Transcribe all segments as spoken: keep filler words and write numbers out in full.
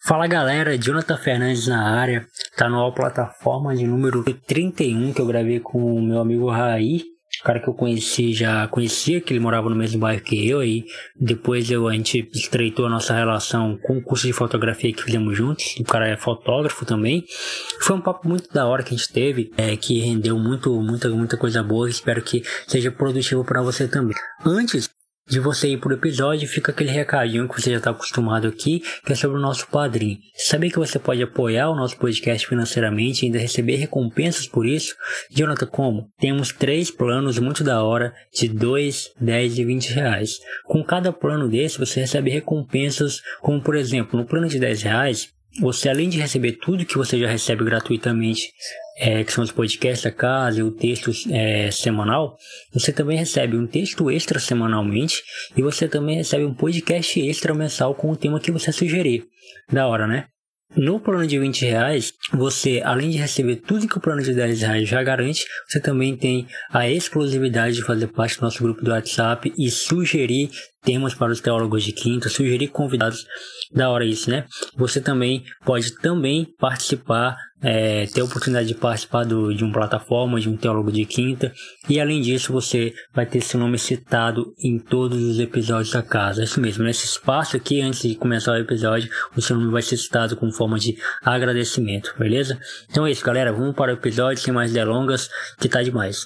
Fala galera, Jonathan Fernandes na área, tá no plataforma de número trinta e um que eu gravei com o meu amigo Raí, o cara que eu conheci, já conhecia, que ele morava no mesmo bairro que eu, e depois eu, a gente estreitou a nossa relação com o curso de fotografia que fizemos juntos, o cara é fotógrafo também. Foi um papo muito da hora que a gente teve, é, que rendeu muito, muita, muita coisa boa, espero que seja produtivo para você também. Antes de você ir pro episódio, fica aquele recadinho que você já está acostumado aqui, que é sobre o nosso padrinho. Sabia que você pode apoiar o nosso podcast financeiramente e ainda receber recompensas por isso? Jonathan, como? Temos três planos muito da hora, de dois, dez e vinte reais. Com cada plano desse, você recebe recompensas, como por exemplo, no plano de dez reais, você, além de receber tudo que você já recebe gratuitamente, é, que são os podcasts da casa e o texto é, semanal, você também recebe um texto extra semanalmente e você também recebe um podcast extra mensal com o tema que você sugerir. Da hora, né? No plano de vinte reais, você, além de receber tudo que o plano de dez reais já garante, você também tem a exclusividade de fazer parte do nosso grupo do WhatsApp e sugerir temas para os teólogos de quinta, sugerir convidados. Da hora isso, né? Você também pode também participar, é, ter a oportunidade de participar do, de uma plataforma, de um teólogo de quinta. E além disso, você vai ter seu nome citado em todos os episódios da casa. É isso mesmo, nesse espaço aqui, antes de começar o episódio, o seu nome vai ser citado como forma de agradecimento, beleza? Então é isso, galera. Vamos para o episódio, sem mais delongas, que tá demais.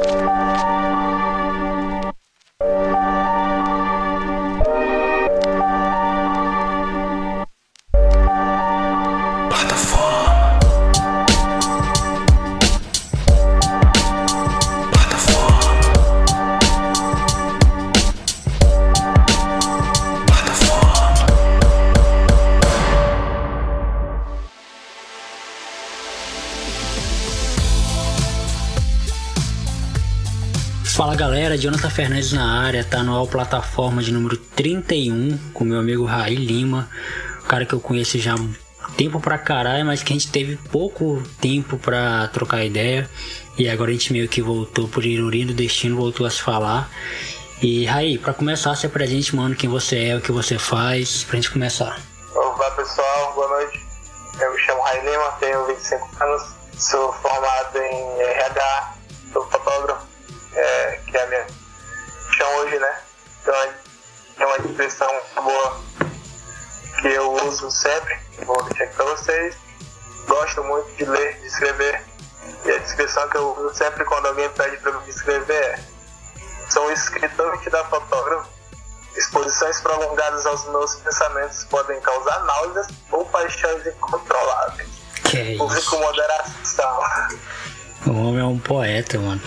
Fala galera, Jonathan Fernandes na área, tá no plataforma de número trinta e um com meu amigo Raí Lima, um cara que eu conheço já há tempo pra caralho, mas que a gente teve pouco tempo pra trocar ideia e agora a gente meio que voltou por ironia do destino, voltou a se falar. E Raí, pra começar, se apresente, mano, quem você é, o que você faz, pra gente começar. Olá pessoal, boa noite, eu me chamo Raí Lima, tenho vinte e cinco anos, sou formado em R H, sou fotógrafo. É, que é a minha chão hoje, né? Então é uma expressão boa que eu uso sempre, vou deixar aqui pra vocês. Gosto muito de ler, de escrever, e a descrição que eu uso sempre quando alguém pede pra eu escrever é: sou escritor e da fotógrafo. Exposições prolongadas aos meus pensamentos podem causar náuseas ou paixões incontroláveis. Que é Use com moderação. O homem é um poeta, mano.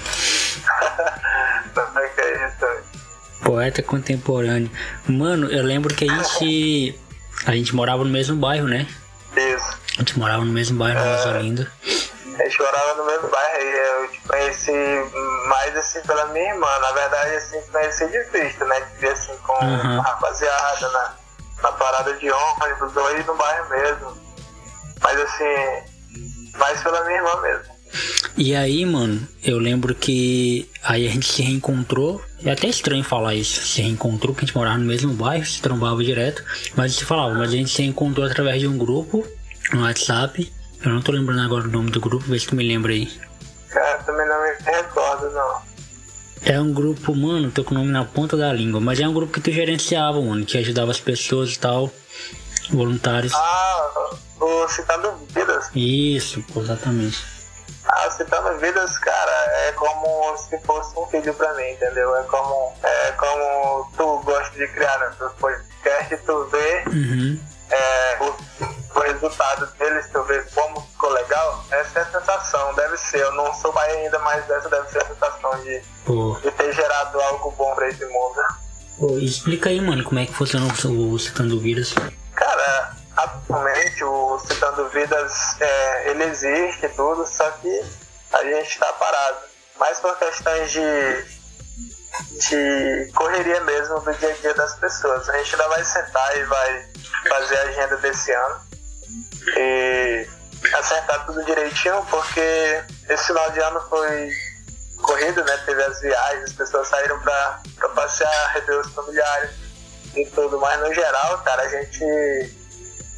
Que é isso? Poeta contemporâneo. Mano, eu lembro que a gente a gente morava no mesmo bairro, né? Isso. A gente morava no mesmo bairro, na Rosa Linda. A gente morava no mesmo bairro e eu te conheci mais assim pela minha irmã. Na verdade, assim, conheci de vista, né? Que assim com Uhum. uma rapaziada na, na parada de ônibus ou aí no bairro mesmo. Mas assim, mais pela minha irmã mesmo. E aí, mano, eu lembro que aí a gente se reencontrou. É até estranho falar isso, se reencontrou, porque a gente morava no mesmo bairro, se trombava direto. Mas a gente falava, mas a gente se reencontrou através de um grupo no WhatsApp. Eu não tô lembrando agora o nome do grupo, vê se tu me lembra aí. Cara, também não me recordo, não. É um grupo, mano, tô com o nome na ponta da língua, mas é um grupo que tu gerenciava, mano, que ajudava as pessoas e tal, voluntários. Ah, o Citando Vidas. Isso, exatamente. Ah, Citando Vidas, cara, é como se fosse um filho pra mim, entendeu? É como, é como tu gosta de criar no teu podcast, tu vê Uhum. é, o, o resultado deles, tu vê como ficou legal. Essa é a sensação, deve ser. Eu não sou pai ainda, mas essa deve ser a sensação de, Pô. de ter gerado algo bom pra esse mundo. Pô, explica aí, mano, como é que funciona o Citando Vidas. Cara, atualmente o Citando Vidas, é, ele existe e tudo, só que a gente tá parado. Mais por questões de, de correria mesmo do dia a dia das pessoas. A gente ainda vai sentar e vai fazer a agenda desse ano e acertar tudo direitinho, porque esse final de ano foi corrido, né? Teve as viagens, as pessoas saíram pra, pra passear, rever os familiares e tudo, mas no geral, cara, a gente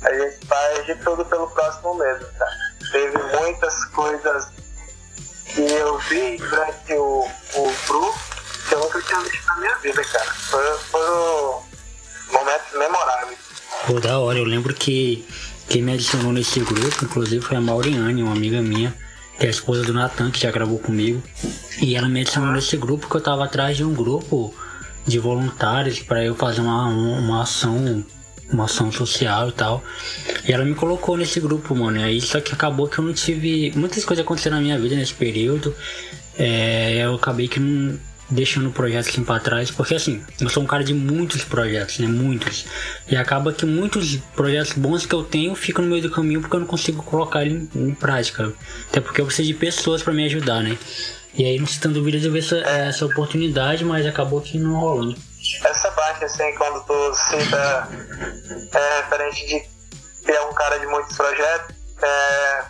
a gente faz de tudo pelo próximo mesmo, cara. Teve muitas coisas que eu vi durante o, o grupo que eu nunca tinha visto na minha vida, cara. Foi, foram momentos memoráveis. Pô, da hora, eu lembro que quem me adicionou nesse grupo, inclusive, foi a Mauriane, uma amiga minha, que é a esposa do Natan, que já gravou comigo. E ela me adicionou uhum. nesse grupo porque eu tava atrás de um grupo de voluntários para eu fazer uma, uma ação, uma ação social e tal. E ela me colocou nesse grupo, mano. E aí só que acabou que eu não tive... Muitas coisas aconteceram na minha vida nesse período. É, eu acabei que não... deixando o projeto assim pra trás, porque assim, eu sou um cara de muitos projetos, né, muitos, e acaba que muitos projetos bons que eu tenho ficam no meio do caminho porque eu não consigo colocar ele em, em prática, até porque eu preciso de pessoas pra me ajudar, né, e aí não se tem dúvida de ver essa, essa oportunidade, mas acabou que não rolando. Essa parte assim, quando tu cita é, referente de ter um cara de muitos projetos, é,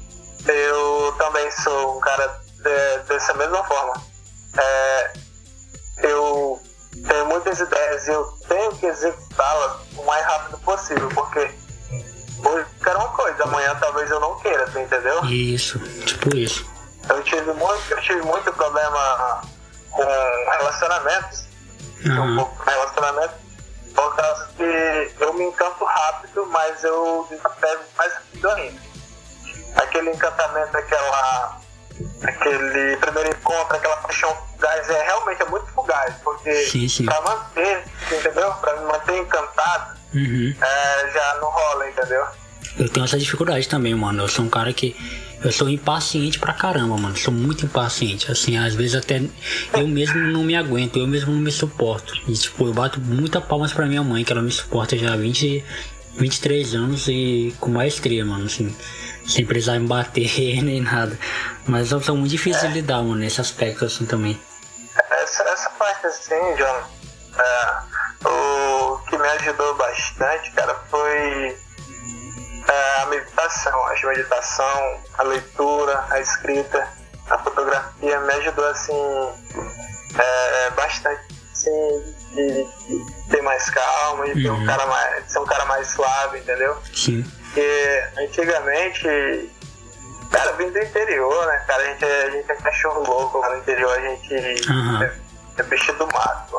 eu também sou um cara de, dessa mesma forma. É, eu tenho muitas ideias e eu tenho que executá-las o mais rápido possível, porque hoje eu quero uma coisa, amanhã talvez eu não queira, tu entendeu? Isso, tipo isso. Eu tive muito, eu tive muito problema com relacionamentos, uhum. um pouco com relacionamentos, por causa que eu me encanto rápido, mas eu desapego mais rápido ainda. Aquele encantamento, aquela... aquele primeiro encontro, aquela paixão fugaz, é realmente é muito fugaz, porque sim, sim. pra manter, entendeu? Pra me manter encantado, uhum. é, já não rola, entendeu? Eu tenho essa dificuldade também, mano. Eu sou um cara que... Eu sou impaciente pra caramba, mano. Sou muito impaciente. Assim, às vezes até eu mesmo não me aguento, eu mesmo não me suporto. E tipo, eu bato muita palmas pra minha mãe, que ela me suporta já há vinte, vinte e três anos e com maestria, mano, assim. Sem precisar me bater nem nada. Mas eu sou muito difícil é. de lidar, mano, nesse aspecto assim também. Essa, essa parte assim, John, é, o que me ajudou bastante, cara, foi é, a meditação. A meditação, a leitura, a escrita, a fotografia me ajudou assim é, bastante assim, de, de ter mais calma, de, ter um uhum. cara mais, de ser um cara mais suave, entendeu? Sim. Porque antigamente, cara, vindo do interior, né, cara, a gente, a gente é cachorro louco lá no interior, a gente uhum. é, é bicho do mato.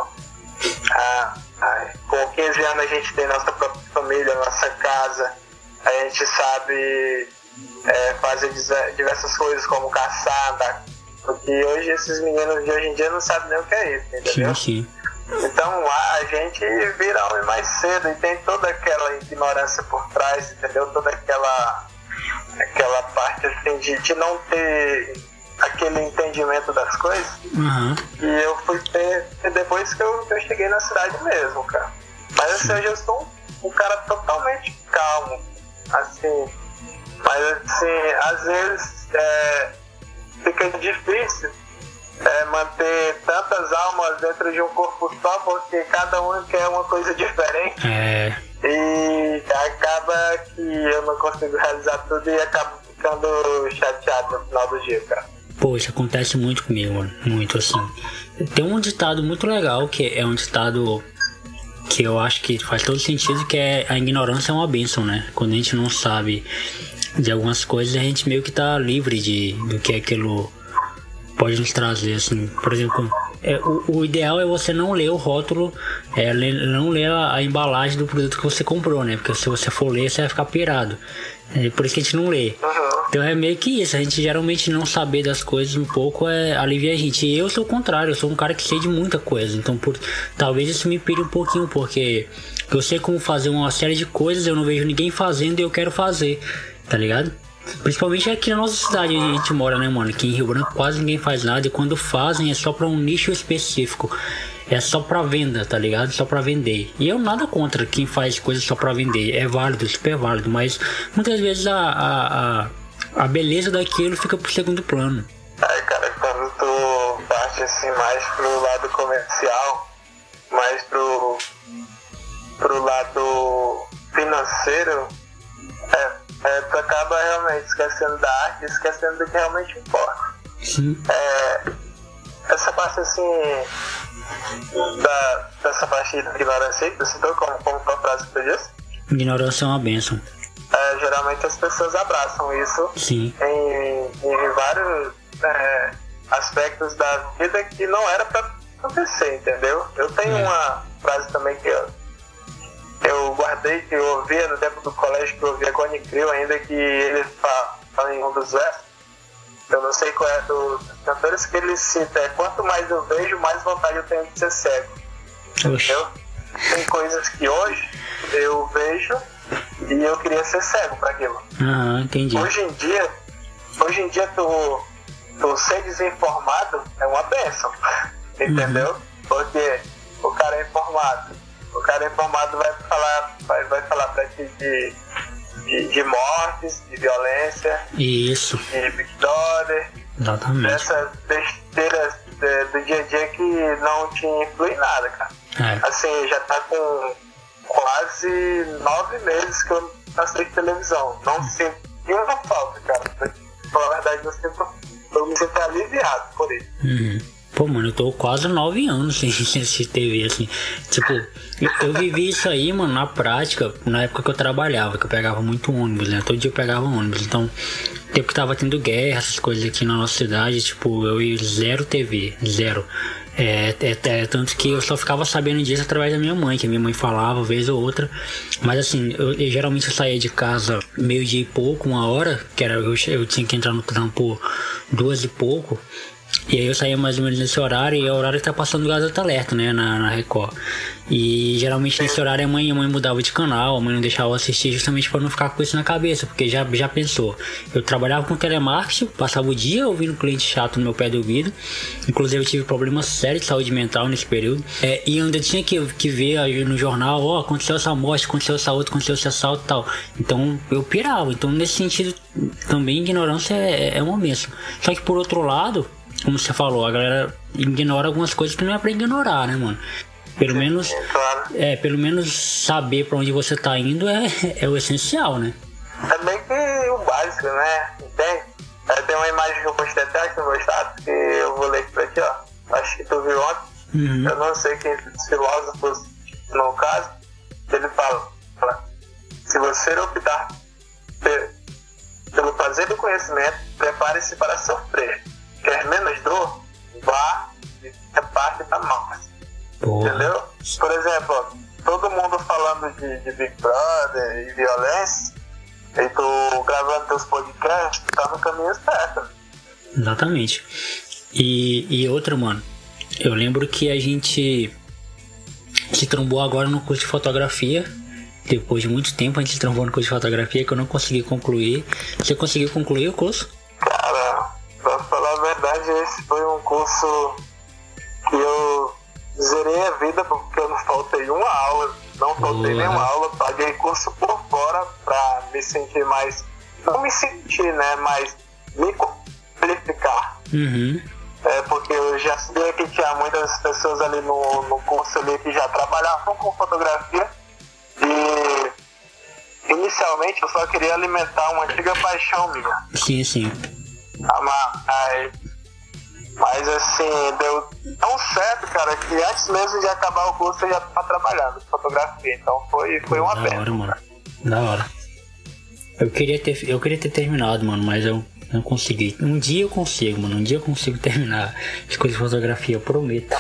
Ah, ah, com quinze anos a gente tem nossa própria família, nossa casa, a gente sabe é, fazer diversas coisas como caçar, andar, porque hoje esses meninos de hoje em dia não sabem nem o que é isso, entendeu? Sim, sim. Então lá a gente vira homem mais cedo e tem toda aquela ignorância por trás, entendeu? Toda aquela, aquela parte assim de, de não ter aquele entendimento das coisas. Uhum. E eu fui ter depois que eu, que eu cheguei na cidade mesmo, cara. Mas assim, hoje eu sou um, um cara totalmente calmo, assim. Mas assim, às vezes é, fica difícil É, manter tantas almas dentro de um corpo só, porque cada um quer uma coisa diferente. É. E acaba que eu não consigo realizar tudo e acabo ficando chateado no final do dia, cara. Pô, isso acontece muito comigo, mano. Muito, assim. Tem um ditado muito legal, que é um ditado que eu acho que faz todo sentido, que é a ignorância é uma bênção, né? Quando a gente não sabe de algumas coisas, a gente meio que tá livre de, do que aquilo pode nos trazer, assim. Por exemplo, é, o, o ideal é você não ler o rótulo, é, não ler a, a embalagem do produto que você comprou, né? Porque se você for ler, você vai ficar pirado. É por isso que a gente não lê. Uhum. Então é meio que isso, a gente geralmente não saber das coisas um pouco é alivia a gente. E eu sou o contrário, eu sou um cara que sei de muita coisa. Então por, talvez isso me pire um pouquinho, porque eu sei como fazer uma série de coisas, eu não vejo ninguém fazendo e eu quero fazer, tá ligado? Principalmente aqui na nossa cidade, a gente mora, né, mano? Aqui em Rio Branco quase ninguém faz nada, e quando fazem é só pra um nicho específico. É só pra venda, tá ligado? Só pra vender. E eu nada contra quem faz coisas só pra vender. É válido, super válido. Mas muitas vezes a, a, a, a beleza daquilo fica pro segundo plano. Aí, cara, quando tu parte assim mais pro lado comercial, mais pro, pro lado financeiro, é, é, tu acaba realmente esquecendo da arte, esquecendo do que realmente importa. Sim. É, essa parte assim, da, dessa parte da ignorância que tu citou, como, como foi a frase que tu disse, Ignorância é uma bênção. É, geralmente as pessoas abraçam isso. Sim. Em, em vários é, aspectos da vida que não era pra acontecer, entendeu? Eu tenho é. uma frase também que eu, eu guardei, que eu ouvia no tempo do colégio, que eu ouvia Cone Crew ainda, que ele fala, fala em um dos versos, eu não sei qual é dos cantores, que ele cita, é: quanto mais eu vejo, mais vontade eu tenho de ser cego. Entendeu? Tem coisas que hoje eu vejo e eu queria ser cego para aquilo. Ah, entendi. Hoje em dia, hoje em dia tu, tu ser desinformado é uma bênção, entendeu? Uhum. Porque o cara é informado, o cara é informado vai falar, vai, vai falar pra ti de, de, de mortes, de violência, isso, de vitória, exatamente, dessas besteiras de, do dia a dia que não te influi em nada, cara. É. Assim, já tá com quase nove meses que eu não assisto televisão. Não sinto nenhuma falta, cara. Pra falar a verdade, eu, sinto, eu me sinto aliviado por isso. Uhum. Pô, mano, eu tô quase nove anos sem assistir T V, assim. Tipo, eu, eu vivi isso aí, mano, na prática, na época que eu trabalhava, que eu pegava muito ônibus, né? Todo dia eu pegava ônibus. Então, tempo que tava tendo guerra, essas coisas aqui na nossa cidade, tipo, eu ia zero T V, zero. É, é, é, tanto que eu só ficava sabendo disso através da minha mãe, que a minha mãe falava, vez ou outra. Mas assim, eu, eu geralmente eu saía de casa meio dia e pouco, uma hora, que era eu, eu tinha que entrar no trampo duas e pouco. E aí eu saía mais ou menos nesse horário, e é o horário que tá passando o Gazeta Alerta, né, na, na Record. E geralmente nesse horário a mãe, a mãe mudava de canal, a mãe não deixava eu assistir justamente para não ficar com isso na cabeça, porque já, já pensou, eu trabalhava com telemarketing, passava o dia ouvindo cliente chato no meu pé do ouvido, inclusive eu tive problemas sérios de saúde mental nesse período, é, e ainda tinha que, que ver no jornal, ó, oh, aconteceu essa morte, aconteceu essa outra, aconteceu esse assalto e tal, então eu pirava. Então nesse sentido também ignorância é, é uma bênção. Só que por outro lado, como você falou, a galera ignora algumas coisas que não é pra ignorar, né, mano? Pelo menos, é, pelo menos saber pra onde você tá indo é, é o essencial, né? É bem que o básico, né? Entende? É, tem uma imagem que eu postei até aqui no meu status, que eu vou ler aqui pra ti, ó. Acho que tu viu ontem. Uhum. Eu não sei quem dos filósofos, no caso, ele fala, fala: se você optar pelo prazer do conhecimento, prepare-se para sofrer. Quer menos dor? Vá e reparte da massa. Porra. Entendeu? Por exemplo, todo mundo falando de, de Big Brother e violência, e tu gravando teus podcasts, tu tá no caminho certo. Exatamente. E, e outra, mano, eu lembro que a gente se trombou agora no curso de fotografia. Depois de muito tempo a gente se trombou no curso de fotografia, que eu não consegui concluir. Você conseguiu concluir o curso? Cara, pra falar a verdade, esse foi um curso que eu zerei a vida, porque eu não faltei uma aula, não faltei nenhuma aula, paguei curso por fora pra me sentir mais, não me sentir, né, mas me qualificar. Uhum. É, porque eu já sabia que tinha muitas pessoas ali no, no curso ali que já trabalhavam com fotografia, e inicialmente eu só queria alimentar uma antiga paixão minha. Sim, sim. Mas, mas assim, deu tão certo, cara, que antes mesmo de acabar o curso eu já tava trabalhando com fotografia, então foi, foi uma pena. Da hora, mano. Da hora. Eu queria ter, eu queria ter terminado, mano, mas eu não consegui. Um dia eu consigo, mano, um dia eu consigo terminar as coisas de fotografia, eu prometo.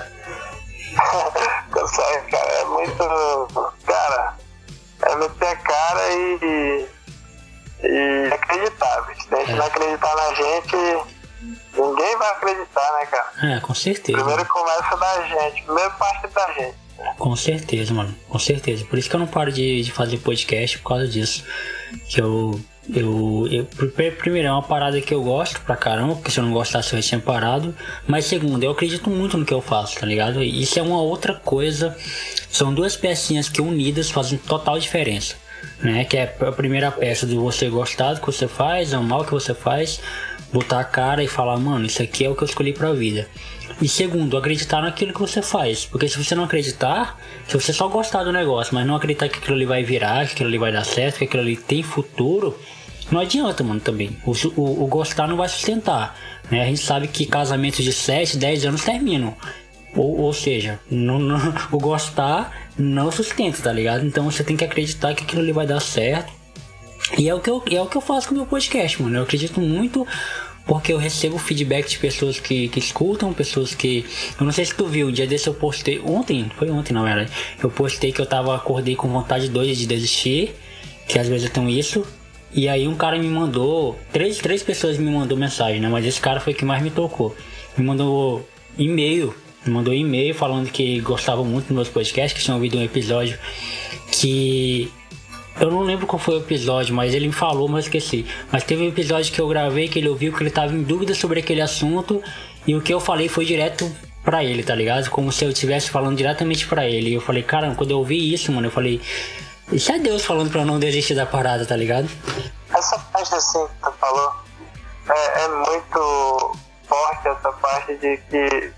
Consegue, cara, é muito, cara, é meter a cara e, e acreditar, bicho. Tem que não acreditar na gente, ninguém vai acreditar, né, cara? É, com certeza. Primeiro começa da gente, primeiro parte da gente. Com certeza, mano, com certeza. Por isso que eu não paro de, de fazer podcast, por causa disso. Que eu, eu, eu. Primeiro, é uma parada que eu gosto pra caramba, porque se eu não gostasse eu já tinha parado. Mas segundo, eu acredito muito no que eu faço, tá ligado? Isso é uma outra coisa. São duas pecinhas que unidas fazem total diferença, né? Que é a primeira peça de você gostar do que você faz, amar o que você faz, botar a cara e falar, mano, isso aqui é o que eu escolhi pra vida. E segundo, acreditar naquilo que você faz. Porque se você não acreditar, se você só gostar do negócio, mas não acreditar que aquilo ali vai virar, que aquilo ali vai dar certo, que aquilo ali tem futuro, não adianta, mano, também. O, o, o gostar não vai sustentar, né? A gente sabe que casamentos de sete, dez anos terminam. Ou, ou seja, não, não, o gostar não sustenta, tá ligado? Então você tem que acreditar que aquilo ali vai dar certo. E é o que eu, é o que eu faço com o meu podcast, mano. Eu acredito muito porque eu recebo feedback de pessoas que, que escutam, pessoas que... Eu não sei se tu viu, um dia desse eu postei... Ontem, foi ontem na verdade. Eu postei que eu tava, acordei com vontade doida de desistir, que às vezes eu tenho isso. E aí um cara me mandou... Três, três pessoas me mandou mensagem, né? Mas esse cara foi o que mais me tocou. Me mandou e-mail. Me mandou e-mail falando que gostava muito dos meus podcasts, que tinha ouvido um episódio que... Eu não lembro qual foi o episódio, mas ele me falou, mas eu esqueci. Mas teve um episódio que eu gravei que ele ouviu que ele tava em dúvida sobre aquele assunto. E o que eu falei foi direto pra ele, tá ligado? Como se eu estivesse falando diretamente pra ele. E eu falei, caramba, quando eu ouvi isso, mano, eu falei... Isso é Deus falando pra eu não desistir da parada, tá ligado? Essa parte assim que tu falou é, é muito forte, essa parte de que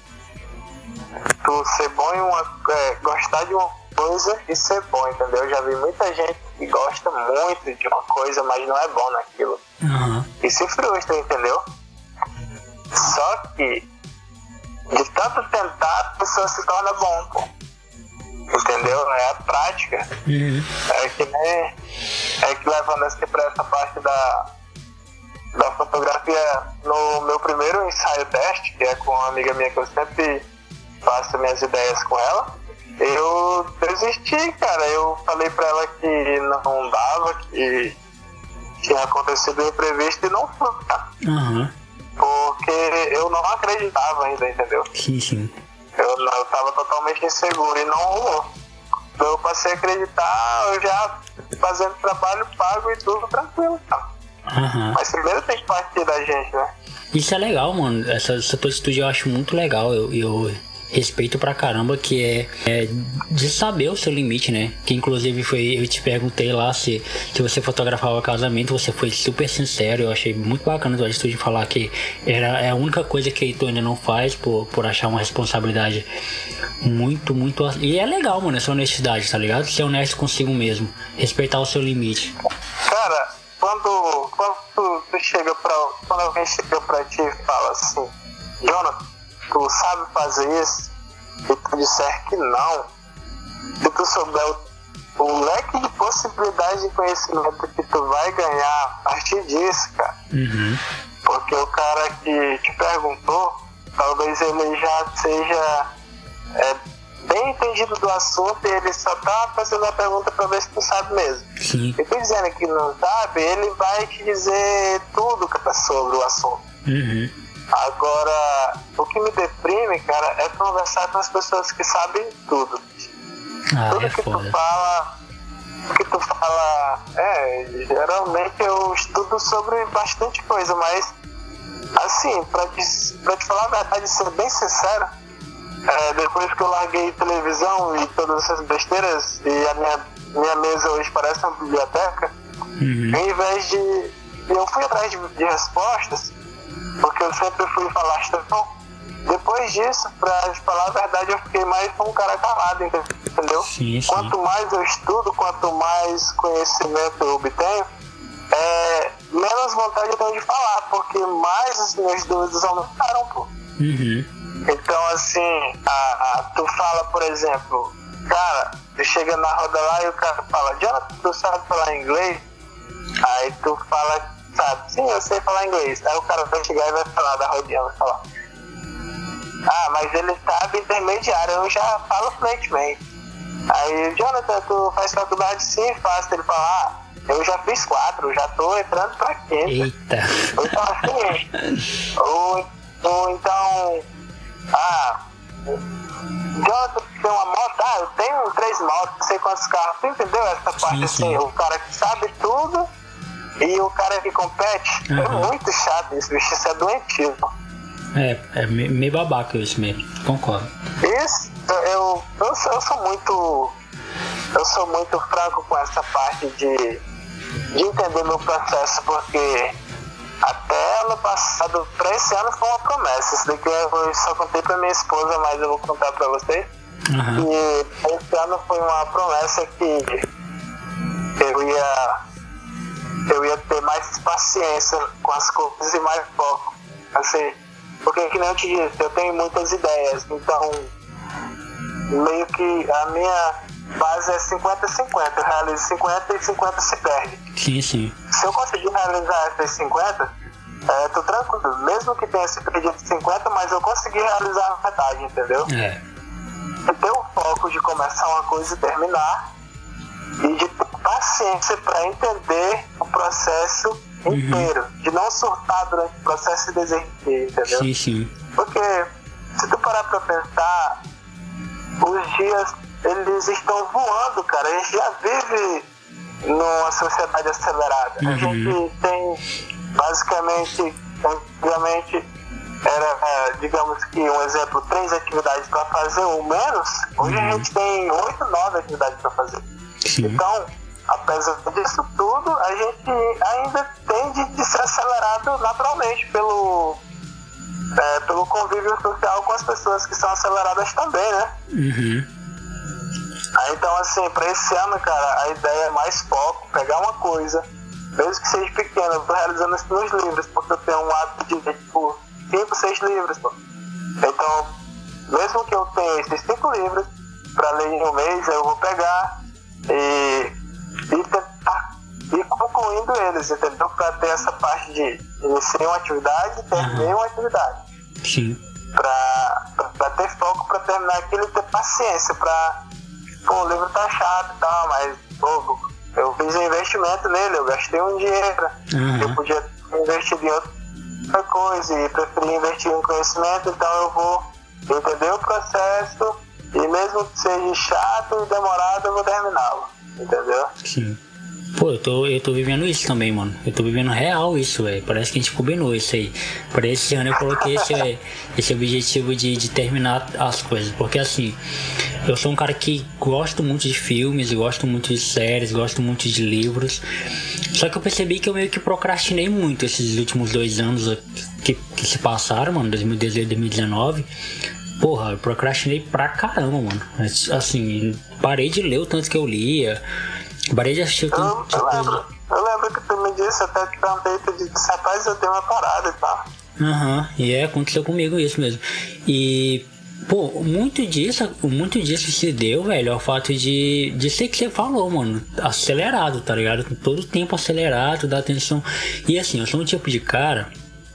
tu ser bom em uma... É, gostar de uma coisa e ser bom, entendeu? Eu já vi muita gente que gosta muito de uma coisa, mas não é bom naquilo. Uhum. E se frustra, entendeu? Só que de tanto tentar, a pessoa se torna bom, pô. Entendeu? É a prática. Uhum. É que nem... É que levando assim pra essa parte da, da fotografia, no meu primeiro ensaio teste, que é com uma amiga minha que eu sempre faço minhas ideias com ela, eu desisti, cara. Eu falei pra ela que não dava, que tinha acontecido um imprevisto e não foi, tá? Uhum. Porque eu não acreditava ainda, entendeu? Sim, sim. Eu, não, eu tava totalmente inseguro e não rolou. Então eu passei a acreditar, eu já fazendo trabalho pago e tudo tranquilo, tá? Uhum. Mas primeiro tem que partir da gente, né? Isso é legal, mano. Essa, essa tua atitude eu acho muito legal. Eu... eu... respeito pra caramba, que é, é de saber o seu limite, né? Que inclusive foi, eu te perguntei lá se, se você fotografava casamento, você foi super sincero. Eu achei muito bacana a tua atitude de falar que era é a única coisa que tu ainda não faz por, por achar uma responsabilidade muito, muito... E é legal, mano, essa honestidade, tá ligado? Ser honesto consigo mesmo, respeitar o seu limite. Cara, quando, quando tu, tu chega pra... Quando alguém chega pra ti e fala assim, Jonathan, tu sabe fazer isso, e tu disser que não, se tu souber o, o leque de possibilidades de conhecimento que tu vai ganhar a partir disso, cara. Uhum. Porque o cara que te perguntou, talvez ele já seja é, bem entendido do assunto e ele só tá fazendo a pergunta pra ver se tu sabe mesmo. Sim. E tu dizendo que não sabe, ele vai te dizer tudo, cara, sobre o assunto. Uhum. Agora, o que me deprime, cara, é conversar com as pessoas que sabem tudo. Ah, tudo é que foda. tu fala, que tu fala, é, geralmente eu estudo sobre bastante coisa, mas assim, pra te, pra te falar a verdade, ser bem sincero, é, depois que eu larguei televisão e todas essas besteiras, e a minha, minha mesa hoje parece uma biblioteca, uhum. Em vez de... eu fui atrás de, de respostas, porque eu sempre fui falastrão. Depois disso, pra te falar a verdade, eu fiquei mais com um cara calado, entendeu? Sim, sim. Quanto mais eu estudo, quanto mais conhecimento eu obtenho, é, menos vontade eu tenho de falar, porque mais as minhas dúvidas aumentaram, pô. Uhum. Então, assim, a, a, tu fala, por exemplo, cara, tu chega na roda lá e o cara fala, Jonathan, tu sabe falar inglês? Aí tu fala, sabe, sim, eu sei falar inglês. Aí o cara vai chegar e vai falar da rodinha, vai falar, ah, mas ele sabe intermediário, eu já falo fluentemente. Aí, Jonathan, tu faz faculdade? Sim, faço. Ele fala, ah, eu já fiz quatro, já tô entrando pra quinta. Eita. Ou então assim, ou, ou então, ah, Jonathan, tem uma moto? Ah, eu tenho três motos, não sei quantos carros. Tu entendeu essa parte? Sim, assim, sim. O cara que sabe tudo e o cara que compete. Uhum. É muito chato isso, bicho, isso é doentio. É, é meio babaca isso mesmo, concordo. Isso, eu, eu, sou, eu sou muito eu sou muito franco com essa parte de, de entender meu processo, porque até ano passado, pra esse ano foi uma promessa. Isso daqui eu só contei pra minha esposa, mas eu vou contar pra vocês. Uhum. E esse ano foi uma promessa que eu ia eu ia ter mais paciência com as coisas e mais foco, assim. Porque, que nem eu te disse, eu tenho muitas ideias, então meio que a minha base é cinquenta a cinquenta, eu realizo cinquenta e cinquenta se perde. Sim, sim. Se eu conseguir realizar essas cinquenta, é, tô tranquilo, mesmo que tenha se perdido cinquenta, mas eu consegui realizar a metade, entendeu? É. E ter o foco de começar uma coisa e terminar, e de ter paciência para entender o processo uhum. inteiro, de não surtar durante o processo e desistir, entendeu? Sim, sim. Porque se tu parar pra pensar, os dias eles estão voando, cara. A gente já vive numa sociedade acelerada. Uhum. A gente tem basicamente, antigamente era, digamos que um exemplo, três atividades para fazer ou menos. Hoje uhum. a gente tem oito, nove atividades para fazer. Sim. Então, apesar disso tudo, a gente ainda tende de ser acelerado naturalmente pelo, é, pelo convívio social com as pessoas que são aceleradas também, né? Uhum. Aí, então, assim, para esse ano, cara, a ideia é mais foco, pegar uma coisa, mesmo que seja pequena. Eu tô realizando isso nos livros, porque eu tenho um hábito de ler, tipo, cinco, seis livros, pô. Então, mesmo que eu tenha esses cinco livros para ler em um mês, eu vou pegar e, e tentar ir concluindo eles, entendeu? Para ter essa parte de iniciar uma atividade e terminar uhum. uma atividade. Sim. Pra, pra, pra ter foco, pra terminar aquilo e ter paciência, pra... Pô, o livro tá chato e tal, mas, pô, eu fiz um investimento nele, eu gastei um dinheiro, uhum. eu podia ter investido em outra coisa e preferi investir em conhecimento, então eu vou entender o processo e mesmo que seja chato e demorado, eu vou terminá-lo, entendeu? Sim. Pô, eu tô, eu tô vivendo isso também, mano. Eu tô vivendo real isso, velho. Parece que a gente combinou isso aí. Para esse ano eu coloquei esse, esse objetivo de, de terminar as coisas. Porque assim, eu sou um cara que gosto muito de filmes, gosto muito de séries, gosto muito de livros. Só que eu percebi que eu meio que procrastinei muito esses últimos dois anos que, que se passaram, mano, dois mil e dezoito, dois mil e dezenove. Porra, eu procrastinei pra caramba, mano. Assim, parei de ler o tanto que eu lia. Parei de assistir o tanto de eu, coisa. lembro, eu lembro que tu me disse, até que perguntei, tu disse, rapaz, eu tenho uma parada e tal. Aham, uhum, e é, aconteceu comigo isso mesmo. E, pô, muito disso, muito disso se deu, velho, ao fato de, de ser que você falou, mano, acelerado, tá ligado? Todo o tempo acelerado, dá atenção. E assim, eu sou um tipo de cara,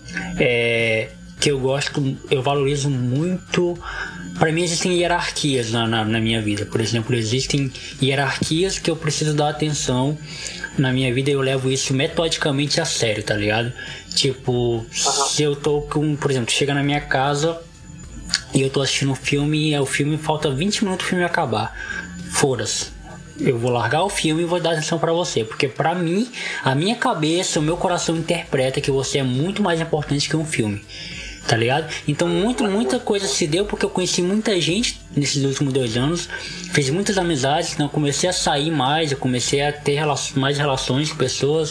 é... que eu gosto, eu valorizo muito. Para mim existem hierarquias na, na, na minha vida. Por exemplo, existem hierarquias que eu preciso dar atenção na minha vida e eu levo isso metodicamente a sério, tá ligado? Tipo, se eu tô com, por exemplo, chega na minha casa e eu tô assistindo um filme e o filme falta vinte minutos pro filme acabar. Foda-se. Eu vou largar o filme e vou dar atenção pra você. Porque pra mim, a minha cabeça, o meu coração interpreta que você é muito mais importante que um filme. Tá ligado? Então muito, muita coisa se deu porque eu conheci muita gente nesses últimos dois anos, fiz muitas amizades, então eu comecei a sair mais, eu comecei a ter relações, mais relações com pessoas,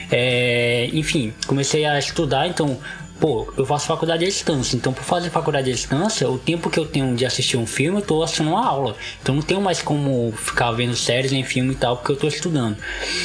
é, enfim, comecei a estudar, então, pô, eu faço faculdade à distância, então por fazer faculdade à distância, o tempo que eu tenho de assistir um filme, eu tô assistindo uma aula, então não tenho mais como ficar vendo séries nem filme e tal, porque eu tô estudando.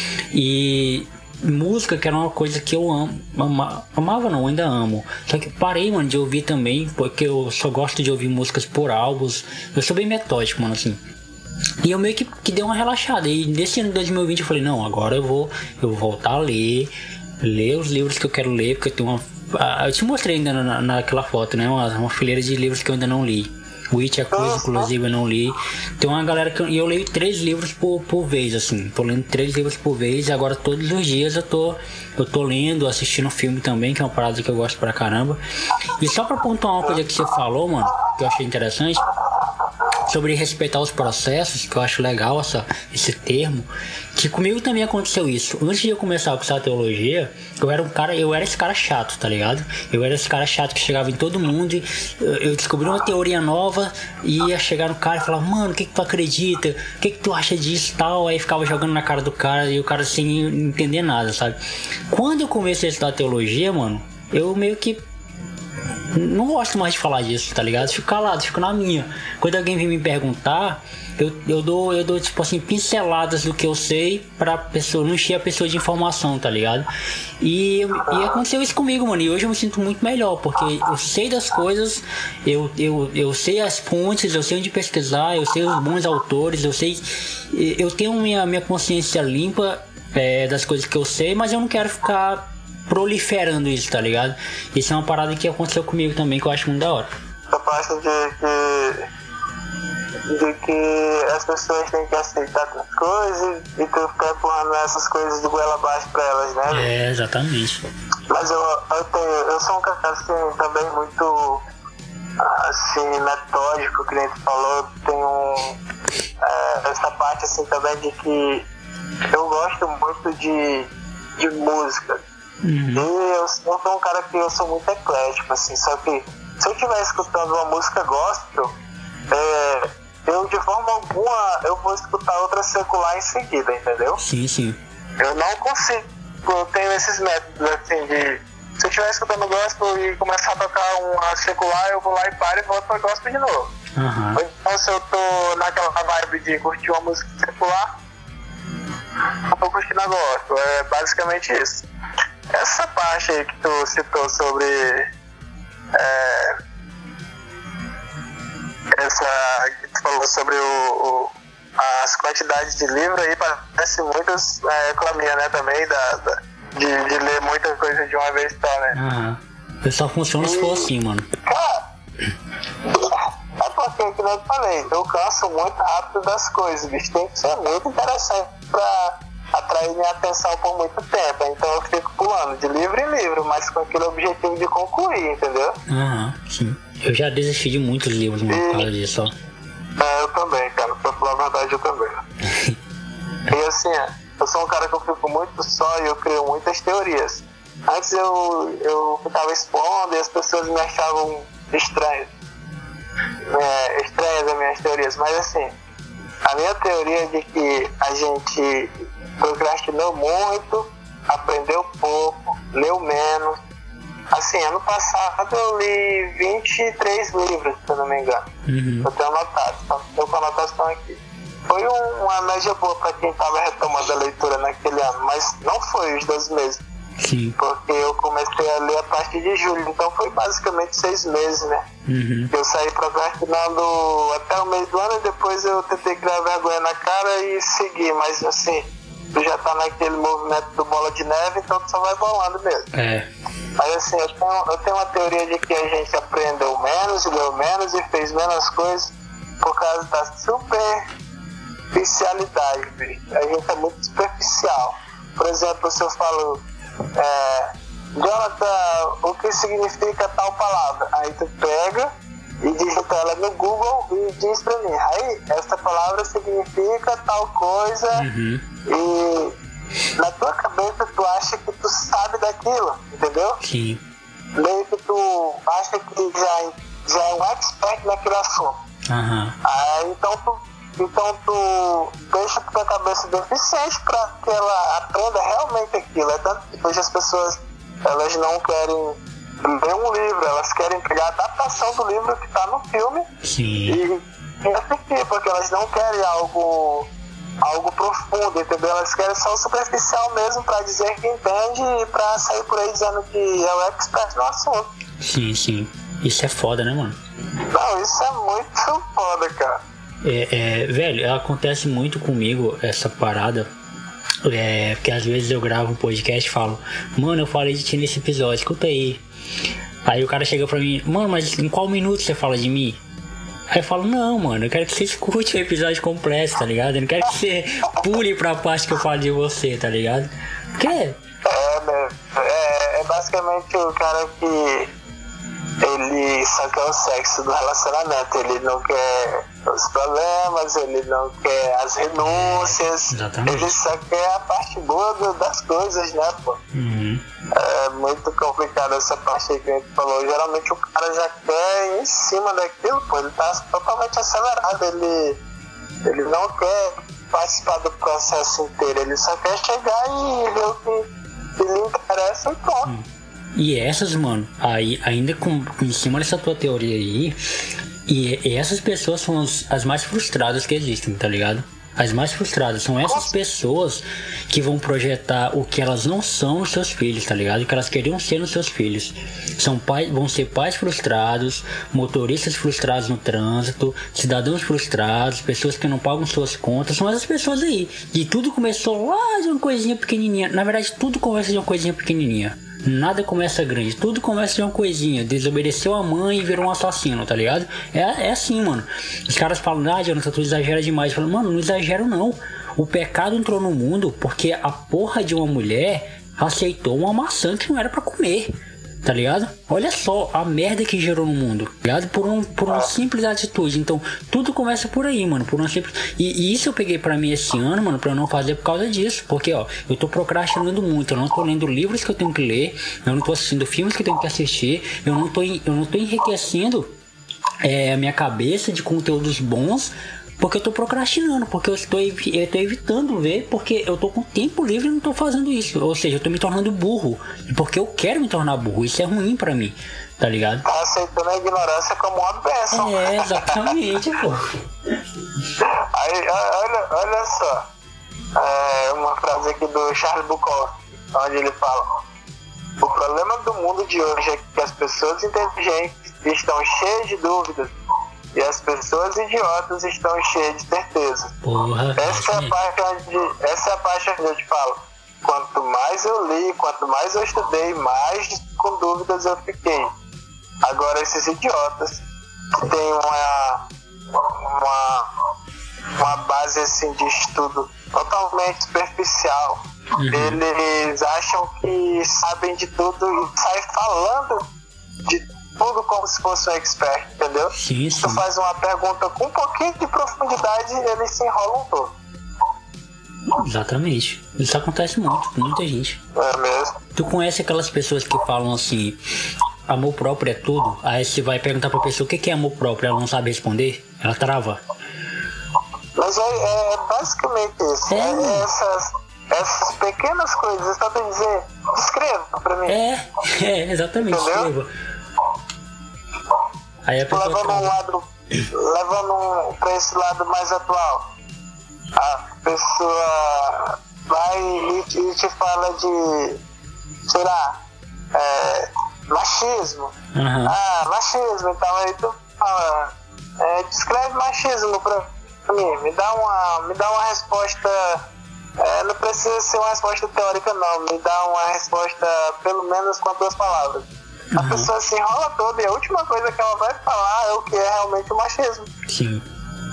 E música, que era uma coisa que eu amo, ama, amava não, ainda amo. Só que parei, mano, de ouvir também, porque eu só gosto de ouvir músicas por álbuns. Eu sou bem metódico, mano, assim. E eu meio que, que dei uma relaxada. E nesse ano de dois mil e vinte eu falei, não, agora eu vou, eu vou voltar a ler, ler os livros que eu quero ler, porque eu tenho uma... Ah, eu te mostrei ainda na, naquela foto, né? Uma, uma fileira de livros que eu ainda não li. Witch, a coisa, inclusive, eu não li. Tem uma galera que eu, eu leio três livros por, por vez, assim. Tô lendo três livros por vez e agora todos os dias eu tô, eu tô lendo, assistindo filme também, que é uma parada que eu gosto pra caramba. E só pra pontuar uma coisa que você falou, mano, que eu achei interessante, sobre respeitar os processos, que eu acho legal essa, esse termo, que comigo também aconteceu isso. Antes de eu começar a cursar teologia, eu era um cara, eu era esse cara chato, tá ligado? Eu era esse cara chato que chegava em todo mundo e eu descobri uma teoria nova e ia chegar no cara e falar, mano, o que que tu acredita? O que que tu acha disso e tal? Aí ficava jogando na cara do cara e o cara sem entender nada, sabe? Quando eu comecei a estudar teologia, mano, eu meio que não gosto mais de falar disso, tá ligado? Fico calado, fico na minha. Quando alguém vem me perguntar, eu, eu dou, eu dou tipo assim, pinceladas do que eu sei pra pessoa, não encher a pessoa de informação, tá ligado? E, e aconteceu isso comigo, mano. E hoje eu me sinto muito melhor, porque eu sei das coisas, eu, eu, eu sei as fontes, eu sei onde pesquisar, eu sei os bons autores, eu sei. Eu tenho minha, minha consciência limpa é, das coisas que eu sei, mas eu não quero ficar proliferando isso, tá ligado? Isso é uma parada que aconteceu comigo também, que eu acho muito da hora. Essa parte de que, de que as pessoas têm que aceitar as coisas e tu ficar empurrando essas coisas de goela abaixo pra elas, né? É, exatamente. Mas eu, eu, tenho, eu sou um cara assim, também muito assim, metódico, que nem tu falou. Tenho é, essa parte assim também de que eu gosto muito de, de música. Uhum. E eu, eu sou um cara que eu sou muito eclético, assim, só que se eu estiver escutando uma música gospel, é, eu de forma alguma eu vou escutar outra secular em seguida, entendeu? Sim, sim. Eu não consigo, eu tenho esses métodos assim de, se eu estiver escutando gospel e começar a tocar uma secular, eu vou lá e paro e volto pra gospel de novo. Uhum. Então se eu tô naquela vibe de curtir uma música secular, eu vou curtir na gospel, é basicamente isso. Essa parte aí que tu citou sobre é, essa que tu falou sobre o, o, as quantidades de livros aí, parece muitas é, economia, né, também da, da, de, de ler muita coisa de uma vez só, né? Aham. Eu só funciona se for assim, mano. Cara, é porque, que nem eu falei, eu canso muito rápido das coisas, bicho, tem que ser muito interessante pra atrair minha atenção por muito tempo, então eu fico pulando de livro em livro, mas com aquele objetivo de concluir, entendeu? Aham, sim. Eu já desisti de muitos livros, mano, por causa disso, ó. É, eu também, cara, pra falar a verdade, eu também. E assim, eu sou um cara que eu fico muito só e eu crio muitas teorias. Antes eu, eu ficava expondo e as pessoas me achavam estranho, é, estranhas as minhas teorias, mas assim, a minha teoria é de que a gente procrastinou muito, aprendeu pouco, leu menos. Assim, ano passado eu li vinte e três livros, se eu não me engano. Uhum. Eu tenho anotado, estou com a anotação aqui. Foi um, uma média boa para quem estava retomando a leitura naquele ano, mas não foi os dois meses. Sim. Porque eu comecei a ler a partir de julho, então foi basicamente seis meses, né? Uhum. Eu saí procrastinando até o meio do ano e depois eu tentei criar vergonha na cara e seguir, mas assim, tu já tá naquele movimento do bola de neve, então tu só vai bolando mesmo. É. Mas assim, eu tenho, eu tenho uma teoria de que a gente aprendeu menos, leu menos e fez menos coisas por causa da superficialidade, bicho. A gente é muito superficial. Por exemplo, se eu falo, é, Jonathan, o que significa tal palavra? Aí tu pega e digita ela no Google e diz pra mim, aí, essa palavra significa tal coisa. Uhum. E na tua cabeça tu acha que tu sabe daquilo, entendeu? Sim. Meio que tu acha que já, já é um expert naquele assunto. Uhum. Aí então tu, então tu deixa a tua cabeça deficiente pra que ela aprenda realmente aquilo. É tanto que hoje as pessoas, elas não querem ler um livro, elas querem pegar a adaptação do livro que tá no filme. Sim. E, e assistir, porque elas não querem algo algo profundo, entendeu? Elas querem só o superficial mesmo pra dizer que entende e pra sair por aí dizendo que é o expert no assunto. Sim, sim. Isso é foda, né, mano? Não, isso é muito foda, cara. É, é, velho, acontece muito comigo essa parada. É, porque às vezes eu gravo um podcast e falo, mano, eu falei de ti nesse episódio, escuta aí. Aí o cara chega pra mim, mano, mas em qual minuto você fala de mim? Aí eu falo, não, mano, eu quero que você escute o episódio completo, tá ligado? Eu não quero que você pule pra parte que eu falo de você, tá ligado? Porque... É, é, é basicamente o cara que ele só quer o sexo do relacionamento, ele não quer os problemas, ele não quer as renúncias. Exatamente. Ele só quer a parte boa das coisas, né, pô? Uhum. É muito complicado essa parte aí que a gente falou. Geralmente o cara já quer ir em cima daquilo, pô, ele tá totalmente acelerado, ele, ele não quer participar do processo inteiro, ele só quer chegar e ver o que, que lhe interessa e pronto. Uhum. E essas, mano, aí, ainda com, em cima dessa tua teoria aí, e, e essas pessoas são as, as mais frustradas que existem, tá ligado? As mais frustradas são essas pessoas que vão projetar o que elas não são nos seus filhos, tá ligado? O que elas queriam ser nos seus filhos. São pais, vão ser pais frustrados, motoristas frustrados no trânsito, cidadãos frustrados, pessoas que não pagam suas contas. São essas pessoas aí. E tudo começou lá de uma coisinha pequenininha. Na verdade, tudo começa de uma coisinha pequenininha. Nada começa grande, tudo começa de uma coisinha. Desobedeceu a mãe e virou um assassino, tá ligado? É, é assim, mano. Os caras falam, ah, Jonathan, tu exagera demais. Eu falo, mano, não exagero não. O pecado entrou no mundo porque a porra de uma mulher aceitou uma maçã que não era pra comer, tá ligado? Olha só a merda que gerou no mundo, tá ligado? Por, um, por uma simples atitude. Então, tudo começa por aí, mano. Por uma simples... E, e isso eu peguei pra mim esse ano, mano, pra eu não fazer por causa disso. Porque, ó, eu tô procrastinando muito. Eu não tô lendo livros que eu tenho que ler. Eu não tô assistindo filmes que eu tenho que assistir. Eu não tô, eu não tô enriquecendo é, a minha cabeça de conteúdos bons, porque eu tô procrastinando, porque eu estou evi- eu tô evitando ver, porque eu tô com tempo livre e não tô fazendo isso. Ou seja, eu tô me tornando burro, porque eu quero me tornar burro. Isso é ruim pra mim, tá ligado? Tá aceitando a ignorância como uma bênção. É, exatamente, pô. Aí, olha, olha só, é uma frase aqui do Charles Bukowski, onde ele fala: o problema do mundo de hoje é que as pessoas inteligentes estão cheias de dúvidas e as pessoas idiotas estão cheias de certeza. Porra, essa, é a parte onde, essa é a parte onde eu te falo. Quanto mais eu li, quanto mais eu estudei, mais com dúvidas eu fiquei. Agora esses idiotas que têm uma, uma, uma base assim de estudo totalmente superficial, uhum. Eles acham que sabem de tudo e saem falando de tudo como se fosse um expert, entendeu? Sim, sim. Tu faz uma pergunta com um pouquinho de profundidade e eles se enrolam todo. Exatamente. Isso acontece muito com muita gente. É mesmo. Tu conhece aquelas pessoas que falam assim, amor próprio é tudo? Aí você vai perguntar pra pessoa o que é amor próprio, ela não sabe responder, ela trava. Mas é, é basicamente isso. É, é essas, essas pequenas coisas, só pra dizer, descreva pra mim. É, é, exatamente, escreva. Aí a pessoa levando um lado, levando um, pra esse lado mais atual, a pessoa vai e, e te fala de, sei lá, é, machismo. Uhum. Ah, machismo, então aí tu fala, é, descreve machismo pra mim, me dá uma, me dá uma resposta, é, não precisa ser uma resposta teórica não, me dá uma resposta pelo menos com duas palavras. A uhum. pessoa se enrola toda e a última coisa que ela vai falar é o que é realmente o machismo. Sim.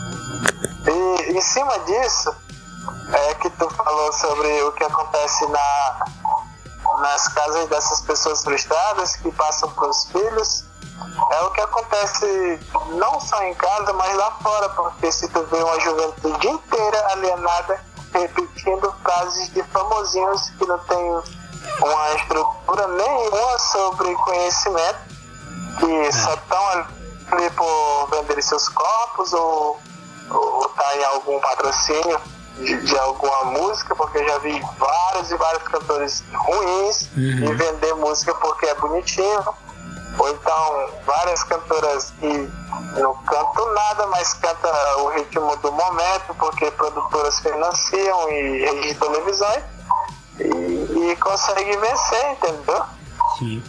E em cima disso, é que tu falou sobre o que acontece na, nas casas dessas pessoas frustradas que passam para os filhos. É o que acontece não só em casa, mas lá fora, porque se tu vê uma juventude inteira alienada, repetindo frases de famosinhos que não tem uma estrutura nenhuma sobre conhecimento, que é. só estão ali por vender seus corpos ou, ou tá em algum patrocínio de, de alguma música, porque eu já vi vários e vários cantores ruins uhum. e vender música porque é bonitinho, ou então várias cantoras que não cantam nada, mas cantam o ritmo do momento porque produtoras financiam e redes de televisões e, e consegue vencer, entendeu? Sim.